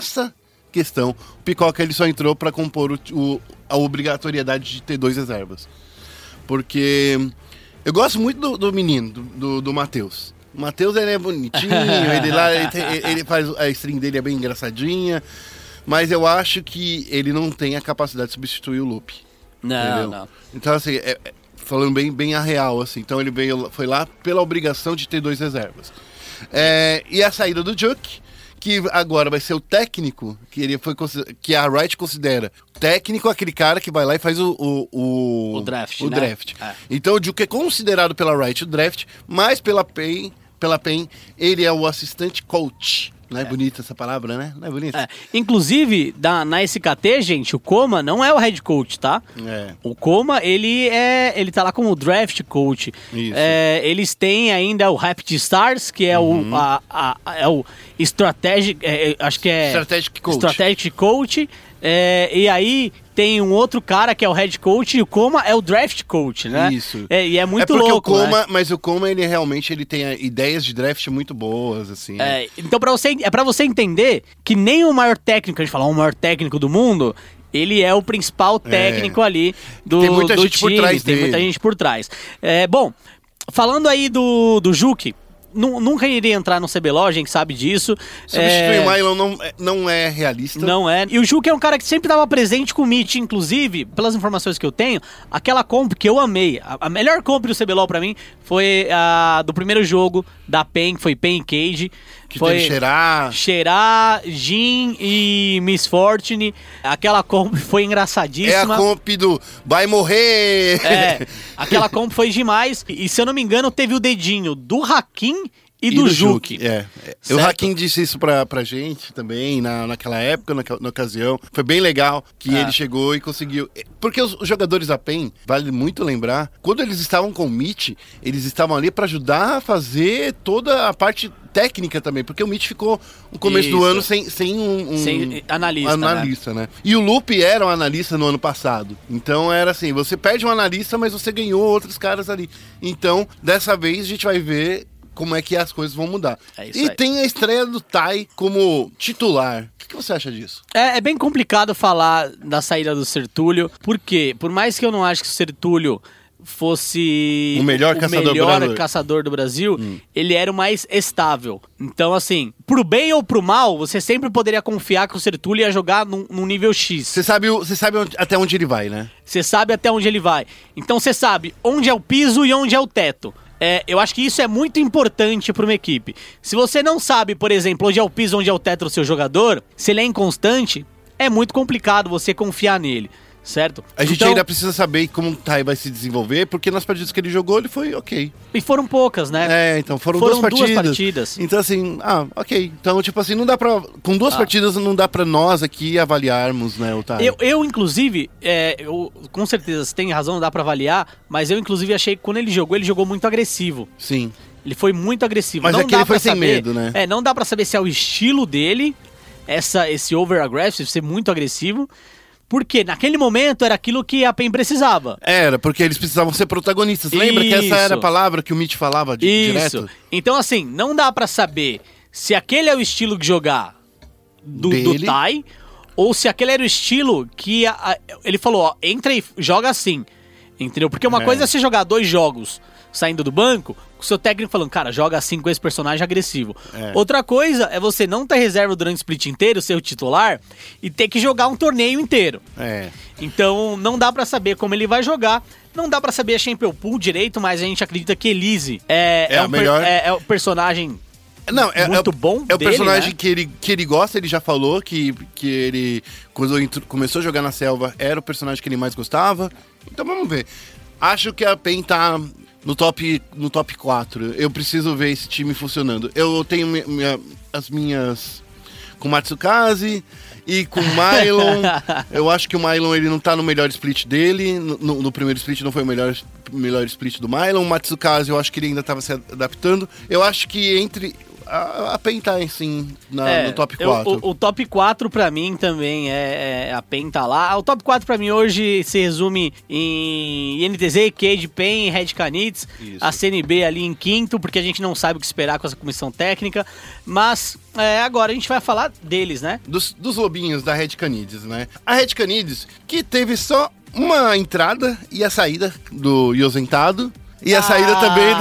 o Picoca ele só entrou pra compor a obrigatoriedade de ter 2 reservas. Porque eu gosto muito do menino, do Matheus. O Matheus, ele é bonitinho, ele faz a string dele é bem engraçadinha, mas eu acho que ele não tem a capacidade de substituir o Lupe. Não. Então, assim, falando bem a real, assim, então ele foi lá pela obrigação de ter 2 reservas. E a saída do Juke, que agora vai ser o técnico, que a Riot considera técnico, aquele cara que vai lá e faz o draft, o né? draft. Então o Juke é considerado pela Riot o draft, mas pela PEN, ele é o assistente coach. Não é bonita essa palavra, né? Não é bonita? Inclusive, na SKT, gente, o Coma não é o head coach, tá? O Coma, ele tá lá como draft coach. Isso. Eles têm ainda o Rapid Stars, que é o Strategic... acho que é... Strategic Coach. Strategic Coach. E aí tem um outro cara que é o head coach e o Coma é o draft coach, né? Isso. E é muito porque louco, né? Mas o Coma, ele realmente tem ideias de draft muito boas, assim. Então pra você entender que nem o maior técnico, a gente fala o maior técnico do mundo, ele é o principal técnico ali do time. Tem muita gente por trás Tem dele. muita gente por trás. Bom, falando aí do Juke, nunca iria entrar no CBLOL, a gente sabe disso. Substituir o Mylon não é realista. Não é. E o Juke é um cara que sempre estava presente com o Mitch, inclusive, pelas informações que eu tenho, aquela comp que eu amei, a melhor comp do CBLOL pra mim foi a do primeiro jogo da PEN, que foi PEN e Cage. Que foi teve Xerá, Jhin e Miss Fortune. Aquela comp foi engraçadíssima. É a comp do vai morrer! Aquela comp foi demais. E se eu não me engano, teve o dedinho do Hakim e do Juke. O Hakim disse isso pra gente também, naquela época, na ocasião. Foi bem legal que ele chegou e conseguiu. Porque os jogadores da PEN, vale muito lembrar, quando eles estavam com o Mitch, eles estavam ali pra ajudar a fazer toda a parte técnica também, porque o Mitch ficou no começo do ano sem analista, né? E o Lupe era um analista no ano passado. Então era assim, você perde um analista, mas você ganhou outros caras ali. Então, dessa vez a gente vai ver como é que as coisas vão mudar. E tem a estreia do Tai como titular. O que você acha disso? É bem complicado falar da saída do Sertúlio, porque por mais que eu não ache que o Sertúlio fosse o melhor caçador do Brasil, ele era o mais estável. Então, assim, pro bem ou pro mal, você sempre poderia confiar que o Sertúlio ia jogar num nível X. Você sabe até onde ele vai, né? Você sabe até onde ele vai. Então você sabe onde é o piso e onde é o teto. Eu acho que isso é muito importante para uma equipe. Se você não sabe, por exemplo, onde é o piso, onde é o teto do seu jogador, se ele é inconstante, é muito complicado você confiar nele. certo? A gente Então, ainda precisa saber como o Tai vai se desenvolver, porque nas partidas que ele jogou, ele foi ok. E foram poucas, né? Então foram duas partidas. Então assim, ok. Então, tipo assim, não dá pra... Com duas partidas não dá pra nós aqui avaliarmos, né, o Tai. Eu inclusive, com certeza, você tem razão, não dá pra avaliar, mas eu, inclusive, achei que quando ele jogou muito agressivo. Sim. Ele foi muito agressivo. Mas não é que dá ele foi pra sem saber, medo, né? Não dá pra saber se é o estilo dele, esse over-aggressive, ser muito agressivo, porque naquele momento era aquilo que a PEN precisava. Era, porque eles precisavam ser protagonistas. Lembra que essa era a palavra que o Mitch falava direto? Então, assim, não dá pra saber se aquele é o estilo de jogar do Tai, ou se aquele era o estilo que ele falou, ó, entra e joga assim, entendeu? Porque uma coisa é você jogar 2 jogos saindo do banco, com o seu técnico falando, cara, joga assim com esse personagem agressivo. Outra coisa é você não ter reserva durante o split inteiro, ser o titular, e ter que jogar um torneio inteiro. Então, não dá pra saber como ele vai jogar, não dá pra saber a Champion Pool direito, mas a gente acredita que Elise é o personagem... Não, muito bom é o dele, personagem, né? que ele gosta, ele já falou que ele, quando começou a jogar na selva, era o personagem que ele mais gostava. Então vamos ver. Acho que a PEN tá no top 4. Eu preciso ver esse time funcionando. Eu tenho as minhas com o Matsukaze e com o Mylon. Eu acho que o Mylon, ele não tá no melhor split dele. No primeiro split não foi o melhor split do Mylon. O Matsukaze, eu acho que ele ainda tava se adaptando. Eu acho que entre... A PEN tá, assim, no top 4. O top 4 pra mim também a PEN tá lá. O top 4 pra mim hoje se resume em INTZ, Cade, PEN, Red Canids. A CNB ali em quinto, porque a gente não sabe o que esperar com essa comissão técnica. Mas agora a gente vai falar deles, né? Dos lobinhos da Red Canids, né? A Red Canids, que teve só uma entrada e a saída do Yosentado. E a saída também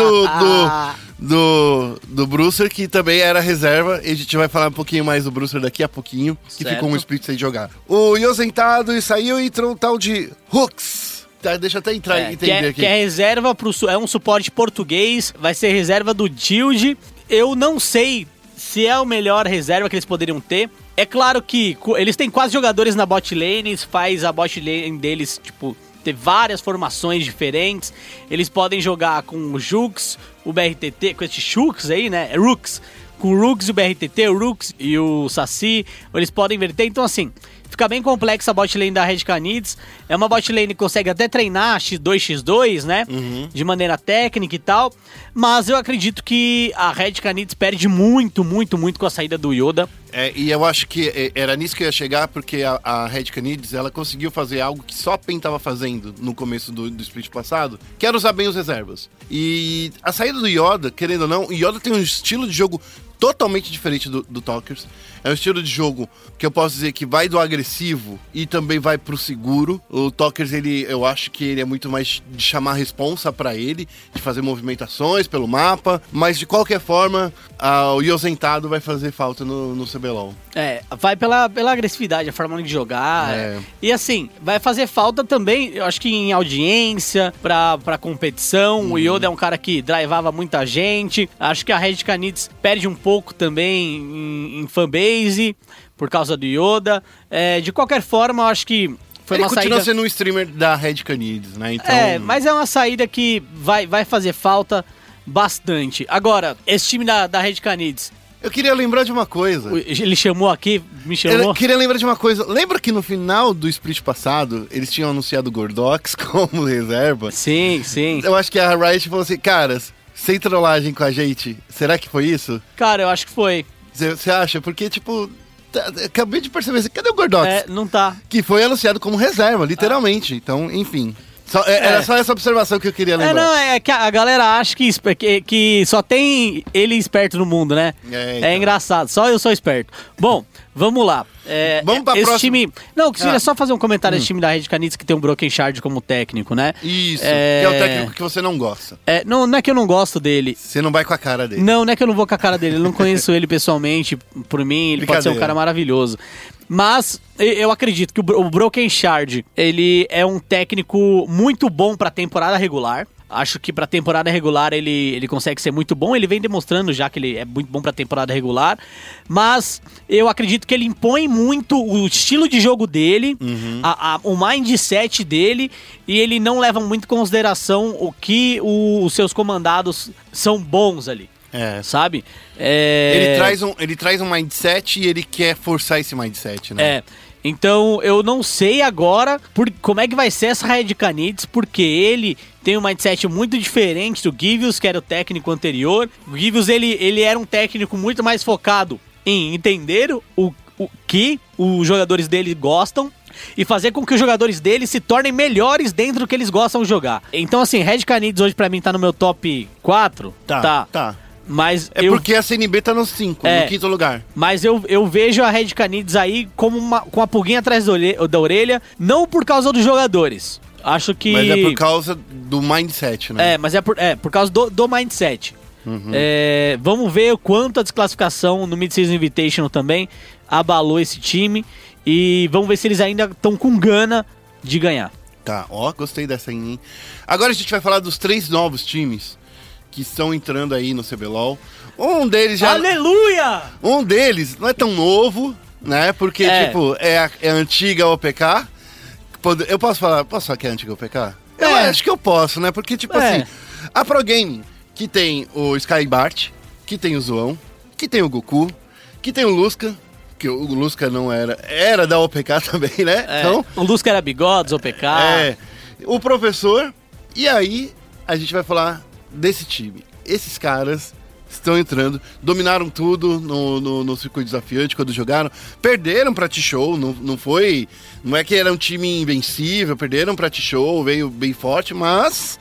do Brucer, que também era reserva. E a gente vai falar um pouquinho mais do Brucer daqui a pouquinho, que ficou um split sem jogar. O Yosentado saiu e entrou um tal de Hooks. Tá, deixa eu até entrar e entender aqui. Que é reserva é um suporte português, vai ser reserva do Dilde. Eu não sei se é a melhor reserva que eles poderiam ter. É claro que eles têm quase jogadores na bot lane, faz a bot lane deles, tipo... ter várias formações diferentes. Eles podem jogar com o Jux, o BRTT, com esses Shux aí, né? Rooks. Com o Rooks e o BRTT, o Rooks e o Saci. Eles podem inverter. Então, assim, fica bem complexa a bot lane da Red Canids. É uma bot lane que consegue até treinar X2x2, né? De maneira técnica e tal. Mas eu acredito que a Red Canids perde muito, muito, muito com a saída do Yoda. E eu acho que era nisso que eu ia chegar, porque a Red Canids, ela conseguiu fazer algo que só a PEN tava fazendo no começo do split passado, que era usar bem os reservas. E a saída do Yoda, querendo ou não, o Yoda tem um estilo de jogo totalmente diferente do Talkers. É um estilo de jogo que eu posso dizer que vai do agressivo e também vai pro seguro. O Talkers, eu acho que ele é muito mais de chamar a responsa pra ele, de fazer movimentações pelo mapa, mas de qualquer forma, o Yosentado vai fazer falta no CBLOL. Vai pela agressividade, a forma de jogar. E assim, vai fazer falta também, eu acho que em audiência, pra competição. O Yoda é um cara que drivava muita gente. Acho que a Red Canids perde um pouco também em fanbase, por causa do Yoda. De qualquer forma, eu acho que foi uma saída... Ele continua sendo um streamer da Red Canids, né? Então... mas é uma saída que vai fazer falta bastante. Agora, esse time da Red Canids... Eu queria lembrar de uma coisa. Ele chamou aqui, me chamou. Eu queria lembrar de uma coisa. Lembra que no final do split passado, eles tinham anunciado o Gordox como reserva? Sim. Eu acho que a Riot falou assim, caras, sem trollagem com a gente, será que foi isso? Cara, eu acho que foi. Você acha? Porque, tipo, acabei de perceber assim, cadê o Gordox? Não tá. Que foi anunciado como reserva, literalmente. Então, enfim... Era só essa observação que eu queria lembrar. É que a galera acha que só tem ele esperto no mundo, né? Então. É engraçado, só eu sou esperto. Bom, vamos lá. Vamos pra próxima. Time... Não, eu queria só fazer um comentário desse time da Red Canids que tem um Broken Shard como técnico, né? Isso, que é o técnico que você não gosta. Não é que eu não gosto dele. Você não vai com a cara dele. Não é que eu não vou com a cara dele. Eu não conheço ele pessoalmente. Por mim, ele pode ser um cara maravilhoso. Mas eu acredito que o Broken Shard, ele é um técnico muito bom pra temporada regular. Acho que pra temporada regular ele consegue ser muito bom. Ele vem demonstrando já que ele é muito bom pra temporada regular. Mas eu acredito que ele impõe muito o estilo de jogo dele, o mindset dele, e ele não leva muito em consideração o que os seus comandados são bons ali. Sabe? Ele traz um mindset e ele quer forçar esse mindset, né? Então eu não sei agora como é que vai ser essa Red Canids, porque ele tem um mindset muito diferente do Givius, que era o técnico anterior. O Givius, ele era um técnico muito mais focado em entender o que os jogadores dele gostam e fazer com que os jogadores dele se tornem melhores dentro do que eles gostam de jogar. Então assim, Red Canids hoje pra mim tá no meu top 4. Tá. Mas porque a CNB tá no 5, no quinto lugar. Mas eu vejo a Red Canids aí como com a pulguinha atrás da orelha, não por causa dos jogadores. Acho que... Mas é por causa do mindset, né? Mas é por causa do mindset. Vamos ver o quanto a desclassificação no Mid-Season Invitational também abalou esse time. E vamos ver se eles ainda estão com gana de ganhar. Tá, gostei dessa aí, hein? Agora a gente vai falar dos 3 novos times que estão entrando aí no CBLOL. Um deles já... Aleluia! Um deles não é tão novo, né? Porque, é a antiga OPK. Eu posso falar que é a antiga OPK? Eu acho que eu posso, né? Porque, assim, a Pro Gaming, que tem o Skybart, que tem o Zoão, que tem o Goku, que tem o Lusca, que o Lusca não era da OPK também, né? Então, o Lusca era Bigodes, OPK. O Professor, e aí a gente vai falar desse time. Esses caras estão entrando, dominaram tudo no circuito desafiante quando jogaram, perderam pra T-Show, não é que era um time invencível, perderam pra T-Show, veio bem forte, mas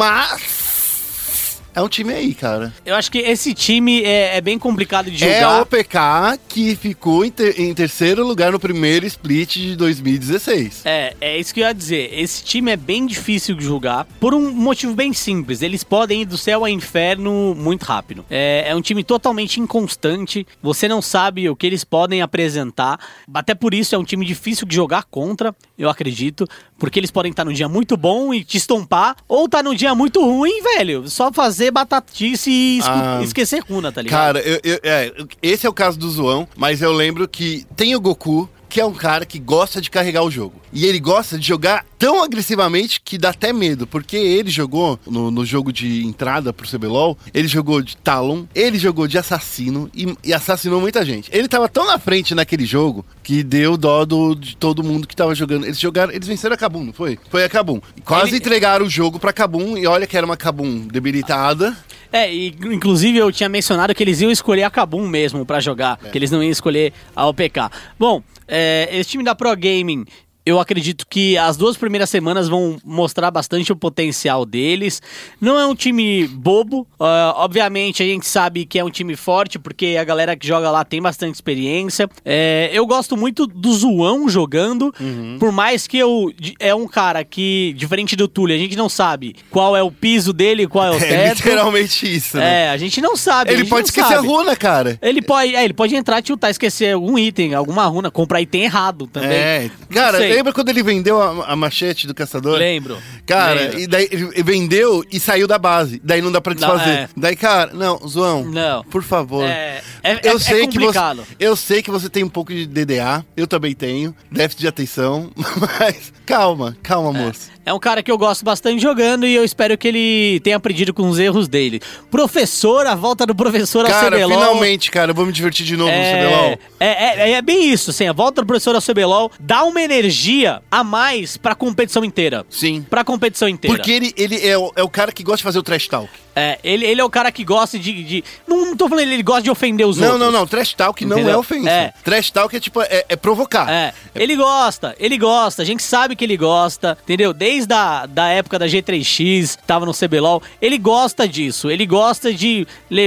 é um time aí, cara. Eu acho que esse time é bem complicado de jogar. É a OPK que ficou em terceiro lugar no primeiro split de 2016. É isso que eu ia dizer. Esse time é bem difícil de jogar por um motivo bem simples. Eles podem ir do céu ao inferno muito rápido. É um time totalmente inconstante. Você não sabe o que eles podem apresentar. Até por isso é um time difícil de jogar contra, eu acredito. Porque eles podem estar num dia muito bom e te estompar, ou estar num dia muito ruim, velho. Só fazer batatice e esquecer runa, tá ligado? Cara, esse é o caso do Zoão, mas eu lembro que tem o Goku, que é um cara que gosta de carregar o jogo. E ele gosta de jogar tão agressivamente que dá até medo, porque ele jogou no jogo de entrada pro CBLOL, ele jogou de Talon, ele jogou de assassino e assassinou muita gente. Ele tava tão na frente naquele jogo que deu dó de todo mundo que tava jogando. Eles venceram a Kabum, não foi? Foi a Kabum. Quase entregaram o jogo pra Kabum e olha que era uma Kabum debilitada. E inclusive eu tinha mencionado que eles iam escolher a Kabum mesmo pra jogar, que eles não iam escolher a OPK. Bom, esse time da Pro Gaming, eu acredito que as 2 primeiras semanas vão mostrar bastante o potencial deles. Não é um time bobo. Obviamente, a gente sabe que é um time forte, porque a galera que joga lá tem bastante experiência. Eu gosto muito do Zoão jogando, por mais que é um cara que, diferente do Túlio, a gente não sabe qual é o piso dele, qual é o teto. É literalmente isso, né? A gente não sabe. Ele pode esquecer a runa, cara. Ele pode entrar, tiltar, esquecer algum item, alguma runa, comprar item errado também. Cara, lembra quando ele vendeu a machete do caçador? Lembro. Cara, e daí ele vendeu e saiu da base. Daí não dá pra desfazer. Daí, cara, Zoão, por favor. Eu sei complicado. Eu sei que você tem um pouco de DDA, eu também tenho, déficit de atenção, mas calma, moço. É um cara que eu gosto bastante jogando e eu espero que ele tenha aprendido com os erros dele. Professor, a volta do professor ao CBLOL. Cara, finalmente, cara, eu vou me divertir de novo no CBLOL. É bem isso, assim, a volta do professor ao CBLOL dá uma energia a mais pra competição inteira. Sim. Pra competição inteira. Porque ele é o cara que gosta de fazer o trash talk. Ele é o cara que gosta de... Não tô falando ele gosta de ofender os outros. Não, trash talk não é ofensa. Trash talk é tipo, provocar. Ele gosta, a gente sabe que ele gosta, entendeu? Desde da época da G3X, tava no CBLOL, ele gosta disso, ele gosta de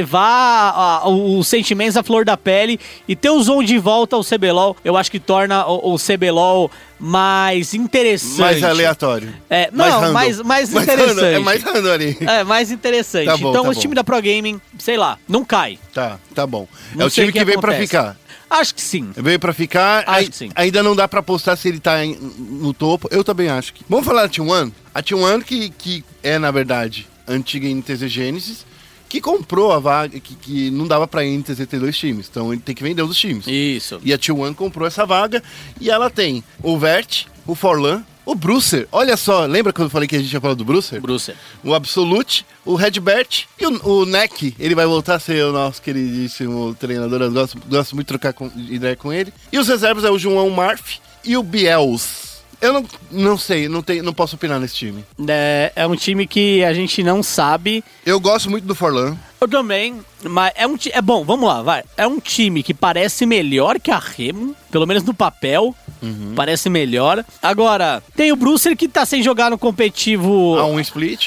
levar os sentimentos à flor da pele e ter o Zon de volta ao CBLOL, eu acho que torna o CBLOL mais interessante. Mais aleatório. Mais interessante. É mais random ali. Mais interessante. Tá bom, então, tá o time da Pro Gaming, sei lá, não cai. Tá bom. Não é o time que veio pra ficar. Acho que sim. Veio pra ficar. Acho que sim. Ainda não dá pra apostar se ele tá no topo. Eu também acho que... Vamos falar da T1? A T1 que é, na verdade, antiga NTZ Genesis, que comprou a vaga, que não dava pra NTZ ter 2 times, então ele tem que vender os times. Isso. E a T1 comprou essa vaga, e ela tem o Vert, o Forlan, o Brucer. Olha só, lembra quando eu falei que a gente ia falar do Brucer? Brucer. O Absolute, o Redbert e o Neck. Ele vai voltar a ser o nosso queridíssimo treinador. Eu gosto muito de trocar ideia com ele. E os reservas é o João Marf e o Biels. Eu não sei, não posso opinar nesse time. É um time que a gente não sabe. Eu gosto muito do Forlan. Eu também, mas é bom, vamos lá, vai. É um time que parece melhor que a Remo, pelo menos no papel, parece melhor. Agora, tem o Brucer que tá sem jogar no competitivo Há um split.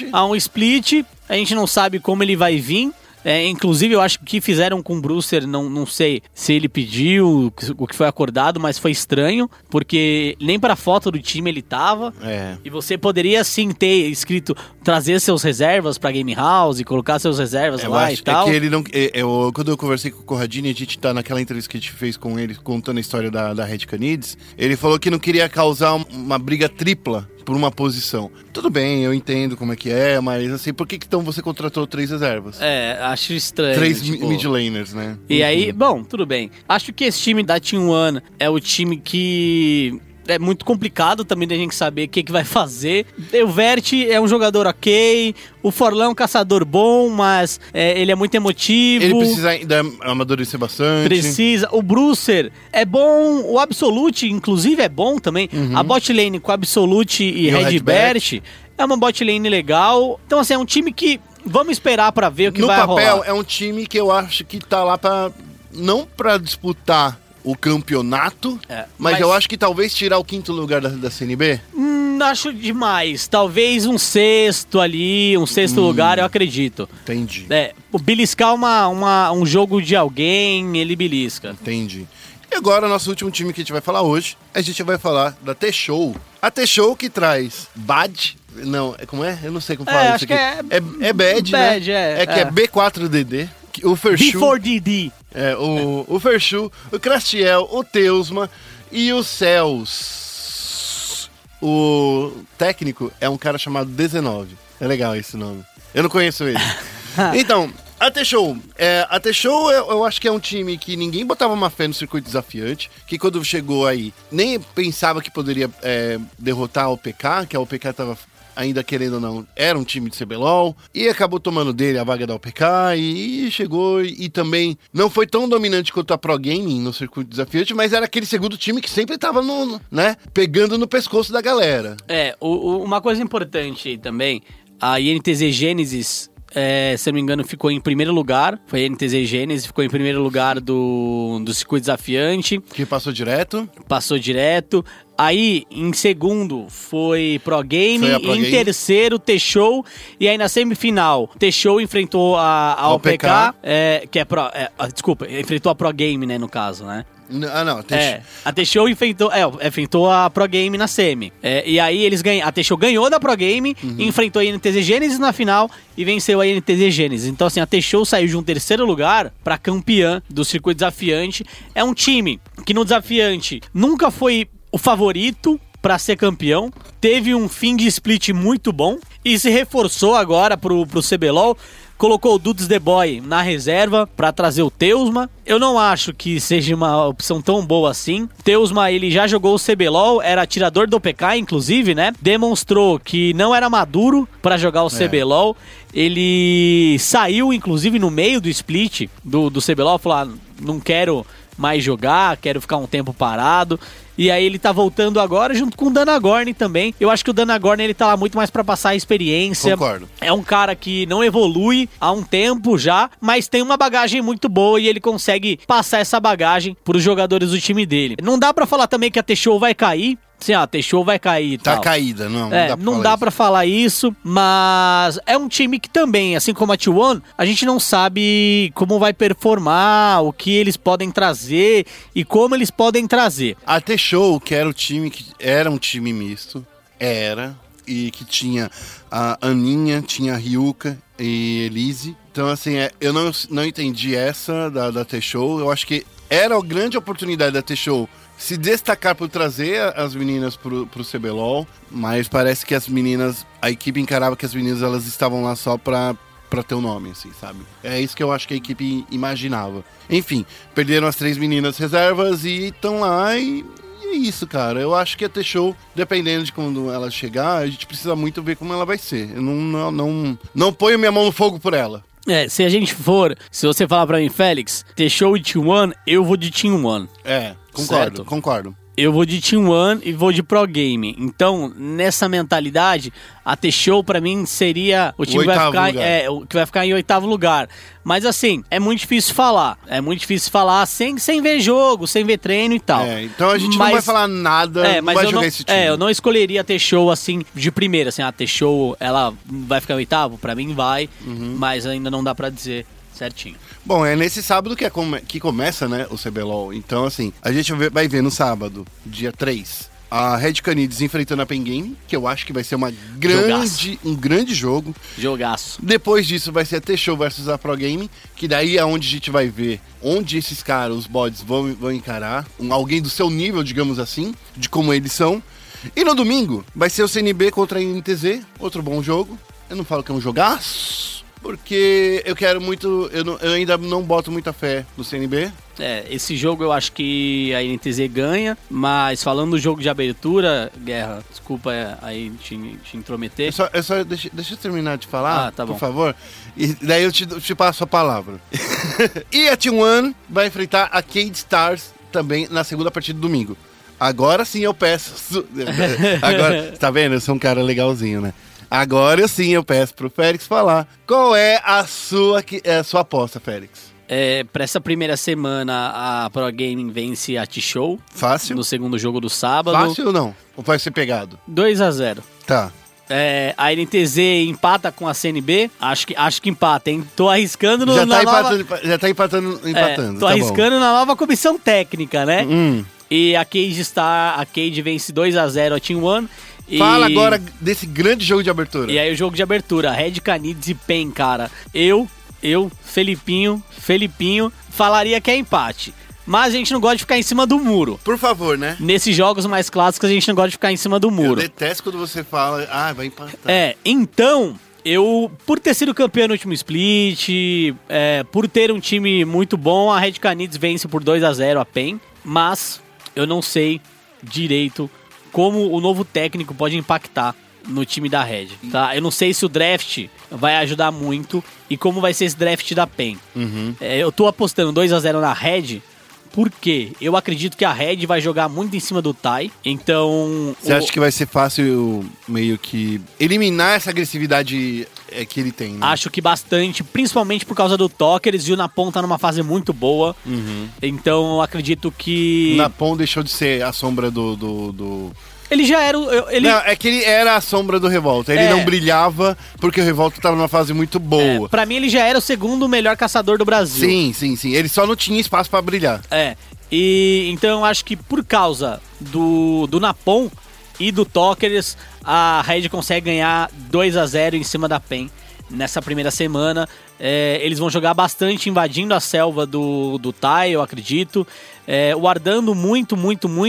A gente não sabe como ele vai vir. Inclusive, eu acho que o que fizeram com o Brucer, não sei se ele pediu, o que foi acordado, mas foi estranho, porque nem pra foto do time ele tava. E você poderia, sim, ter escrito, trazer seus reservas pra Game House, colocar seus reservas lá e tal. É que ele não... quando eu conversei com o Corradini, a gente tá naquela entrevista que a gente fez com ele, contando a história da Red Canids, ele falou que não queria causar uma briga tripla por uma posição. Tudo bem, eu entendo como é que é, mas assim, por que então você contratou 3 reservas? Acho estranho. 3 mid laners, né? E aí, bom, tudo bem. Acho que esse time da Team One é o time que... é muito complicado também da gente saber o que vai fazer. O Vert é um jogador ok, o Forlan é um caçador bom, mas ele é muito emotivo. Ele precisa ainda amadurecer bastante. Precisa. O Brucer é bom, o Absolute, inclusive, é bom também. A bot lane com Absolute e Redbert é uma bot lane legal. Então, assim, é um time que vamos esperar pra ver o que vai rolar. No papel, é um time que eu acho que tá lá não pra disputar o campeonato, mas eu acho que talvez tirar o 5º lugar da CNB. Acho demais. Talvez um 6º ali, um 6º lugar, eu acredito. Entendi. Beliscar um jogo de alguém, ele belisca. Entendi. E agora, nosso último time que a gente vai falar hoje, a gente vai falar da T-Show. A T-Show que traz Bad... Não, como é? Eu não sei como falar isso aqui. É Bad, né? Que é B4DD. O Fershu... B4DD. O Fershu, o Crastiel, o Teusma e o Cels. O técnico é um cara chamado 19. É legal esse nome. Eu não conheço ele. Então, a T-Show. A T-Show eu acho que é um time que ninguém botava uma fé no circuito desafiante, que quando chegou aí, nem pensava que poderia derrotar a OPK, que a OPK tava... ainda querendo ou não, era um time de CBLOL, e acabou tomando dele a vaga da OPK, e chegou, e também não foi tão dominante quanto a Pro Gaming no circuito desafiante, mas era aquele segundo time que sempre tava pegando no pescoço da galera. Uma coisa importante aí também, a INTZ Genesis, se eu não me engano, ficou em primeiro lugar, foi a NTZ Genesis, ficou em primeiro lugar do circuito desafiante. Que passou direto. Aí, em segundo, foi Pro Game, em terceiro, T-Show, e aí na semifinal, T-Show enfrentou a OPK, que é Pro... desculpa, enfrentou a Pro Game, né, no caso, né? Não, a T-Show enfrentou a Pro Game na semi. E aí a T-Show ganhou da Pro Game, enfrentou a NTZ Genesis na final e venceu a NTZ Genesis. Então, assim, a T-Show saiu de um terceiro lugar pra campeã do circuito desafiante. É um time que no desafiante nunca foi o favorito pra ser campeão, teve um fim de split muito bom e se reforçou agora pro CBLOL. Colocou o Dudes The Boy na reserva pra trazer o Teusma. Eu não acho que seja uma opção tão boa assim. Teusma, ele já jogou o CBLOL, era atirador do OPK, inclusive, né? Demonstrou que não era maduro pra jogar o CBLOL. Ele saiu, inclusive, no meio do split do CBLOL, falou, não quero mais jogar, quero ficar um tempo parado. E aí ele tá voltando agora junto com o Danagorn também. Eu acho que o Danagorn, ele tá lá muito mais pra passar a experiência. Concordo. É um cara que não evolui há um tempo já, mas tem uma bagagem muito boa e ele consegue passar essa bagagem pros jogadores do time dele. Não dá pra falar também que a T-Show vai cair. Sim, a T-Show vai cair e tal. Tá caída, não dá pra falar isso, mas é um time que também, assim como a T1, a gente não sabe como vai performar, o que eles podem trazer e como eles podem trazer. A T-Show, que era um time misto, e que tinha a Aninha, tinha a Ryuka e Elise. Então, assim, eu não entendi essa da T-Show. Eu acho que era a grande oportunidade da T-Show se destacar por trazer as meninas pro CBLOL, mas parece que as meninas, a equipe encarava que as meninas elas estavam lá só pra ter o nome, assim, sabe? É isso que eu acho que a equipe imaginava. Enfim, perderam as 3 meninas reservas e estão lá e é isso, cara. Eu acho que a T-Show, dependendo de quando ela chegar, a gente precisa muito ver como ela vai ser. Eu não ponho minha mão no fogo por ela. Se você falar pra mim, Félix, T-Show e Team One, eu vou de Team One. Concordo. Eu vou de Team One e vou de Pro Game. Então, nessa mentalidade, a T-Show pra mim seria o time que vai ficar em 8º lugar. Mas assim, é muito difícil falar. sem ver jogo, sem ver treino e tal. Então a gente não vai falar nada, não vai jogar esse time. Eu não escolheria a T-Show assim, de primeira. Assim, a T-Show, ela vai ficar em 8º? Pra mim vai, mas ainda não dá pra dizer certinho. Bom, é nesse sábado que começa, né, o CBLOL. Então, assim, a gente vai ver no sábado, dia 3, a Red Canids enfrentando a Pen Game, que eu acho que vai ser um grande jogo. Jogaço. Depois disso vai ser a T-Show versus a Pro Game, que daí é onde a gente vai ver onde esses caras, os bots, vão encarar. Alguém do seu nível, digamos assim, de como eles são. E no domingo vai ser o CNB contra a NTZ, outro bom jogo. Eu não falo que é um jogaço, porque eu quero muito, eu ainda não boto muita fé no CNB. Esse jogo eu acho que a NTZ ganha, mas falando do jogo de abertura, Guerra, desculpa aí te intrometer. Deixa eu terminar de falar, tá bom. Por favor, e daí eu te passo a palavra. E a Team One vai enfrentar a Cade Stars também na segunda partida do domingo. Agora sim eu peço, agora, tá vendo? Eu sou um cara legalzinho, né? Agora sim eu peço pro Félix falar qual é a sua aposta, Félix. Pra essa primeira semana, a Pro Gaming vence a T-Show. Fácil. No segundo jogo do sábado. Fácil ou não? Ou vai ser pegado? 2-0. Tá. A NTZ empata com a CNB. Acho que empata, hein? Tô arriscando Já tá empatando. Tô arriscando na nova comissão técnica, né? E a Cade vence 2-0 a Team One. Fala agora desse grande jogo de abertura. E aí o jogo de abertura, Red Canids e PEN, cara. Eu, Felipinho, falaria que é empate. Mas a gente não gosta de ficar em cima do muro. Por favor, né? Nesses jogos mais clássicos a gente não gosta de ficar em cima do muro. Eu detesto quando você fala, vai empatar. Então, por ter sido campeão no último split, por ter um time muito bom, a Red Canids vence por 2-0 a PEN. Mas eu não sei direito como o novo técnico pode impactar no time da Red, tá? Eu não sei se o draft vai ajudar muito e como vai ser esse draft da PEN. Eu tô apostando 2-0 na Red, porque eu acredito que a Red vai jogar muito em cima do Tai, então... Você acha que vai ser fácil meio que eliminar essa agressividade que ele tem, né? Acho que bastante, principalmente por causa do Tokers, e o Napon tá numa fase muito boa, então eu acredito que... O Napon deixou de ser a sombra do... Ele já era... Não, é que ele era a sombra do Revolta. Ele não brilhava porque o Revolta tava numa fase muito boa. Pra mim, ele já era o segundo melhor caçador do Brasil. Sim. Ele só não tinha espaço pra brilhar. E então eu acho que por causa do Napon e do Tokers, a Red consegue ganhar 2-0 em cima da PEN nessa primeira semana. Eles vão jogar bastante invadindo a selva do Tai, eu acredito. Guardando muito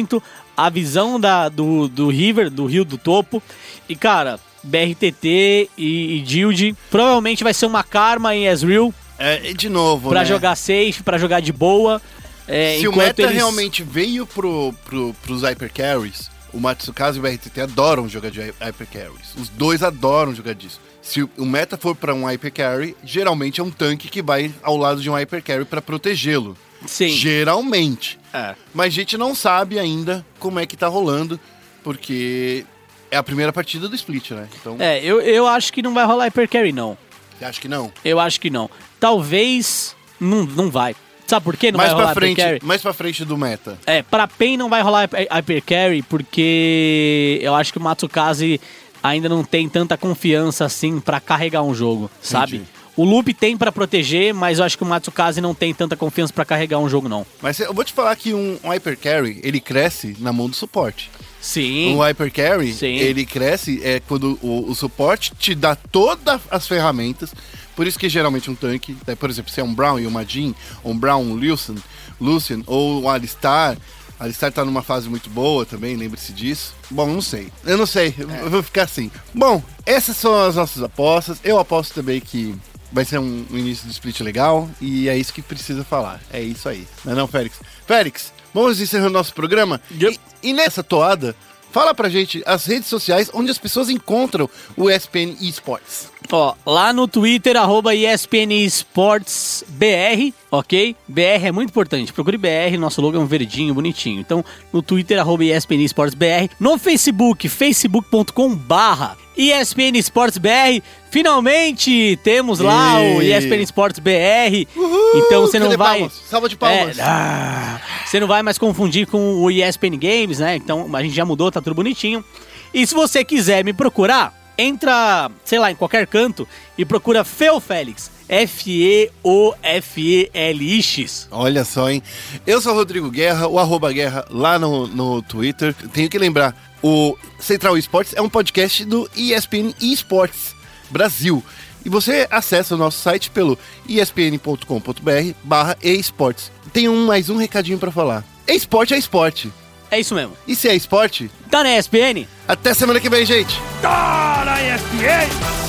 a visão do River, do Rio do Topo. E, cara, BRTT e Guild provavelmente vai ser uma Karma em Ezreal. De novo, pra jogar safe, pra jogar de boa. Se o meta realmente veio pros Hyper Carries, o Matsukaze e o BRTT adoram jogar de Hyper Carries. Os dois adoram jogar disso. Se o meta for pra um Hyper Carry, geralmente é um tanque que vai ao lado de um Hyper Carry pra protegê-lo. Sim. Geralmente. Mas a gente não sabe ainda como é que tá rolando, porque é a primeira partida do split, né? Então... eu acho que não vai rolar Hyper Carry, não. Você acha que não? Eu acho que não. Talvez não vai. Sabe por que não vai rolar Hyper Carry? Mais pra frente do meta. Pra PEN não vai rolar Hyper Carry, porque eu acho que o Matsukaze ainda não tem tanta confiança assim pra carregar um jogo, sabe? Entendi. O Loop tem pra proteger, mas eu acho que o Matsukaze não tem tanta confiança pra carregar um jogo, não. Mas eu vou te falar que um Hyper Carry, ele cresce na mão do suporte. Sim. Um Hyper Carry, ele cresce quando o suporte te dá todas as ferramentas. Por isso que geralmente um tanque, por exemplo, se é um Brown e uma Jean, ou um Brown, um Lucian, ou um Alistar, A Alistar tá numa fase muito boa também, lembre-se disso. Bom, não sei. Eu não sei, eu vou ficar assim. Bom, essas são as nossas apostas. Eu aposto também que vai ser um início de split legal e é isso que precisa falar. É isso aí. Não é não, Félix? Félix, vamos encerrando nosso programa? Yep. E nessa toada, fala pra gente as redes sociais onde as pessoas encontram o ESPN Esports. Ó, lá no Twitter, @ESPN Esports BR, ok? BR é muito importante, procure BR, nosso logo é um verdinho, bonitinho. Então, no Twitter, @ESPN Esports BR. No Facebook, facebook.com/ESPN Esports BR. Finalmente temos lá o ESPN Esports BR. Então você não vai... Palmas? Salva de palmas. Você não vai mais confundir com o ESPN Games, né? Então a gente já mudou, tá tudo bonitinho. E se você quiser me procurar, entra, sei lá, em qualquer canto e procura Feu Félix. FEOFELX. Olha só, hein? Eu sou o Rodrigo Guerra, o @Guerra lá no Twitter. Tenho que lembrar, o Central Esports é um podcast do ESPN Esports Brasil. E você acessa o nosso site pelo espn.com.br/esportes. Tem mais um recadinho pra falar. Esporte é esporte. É isso mesmo. E se é esporte, Tá na ESPN? até semana que vem, gente! Tá na ESPN!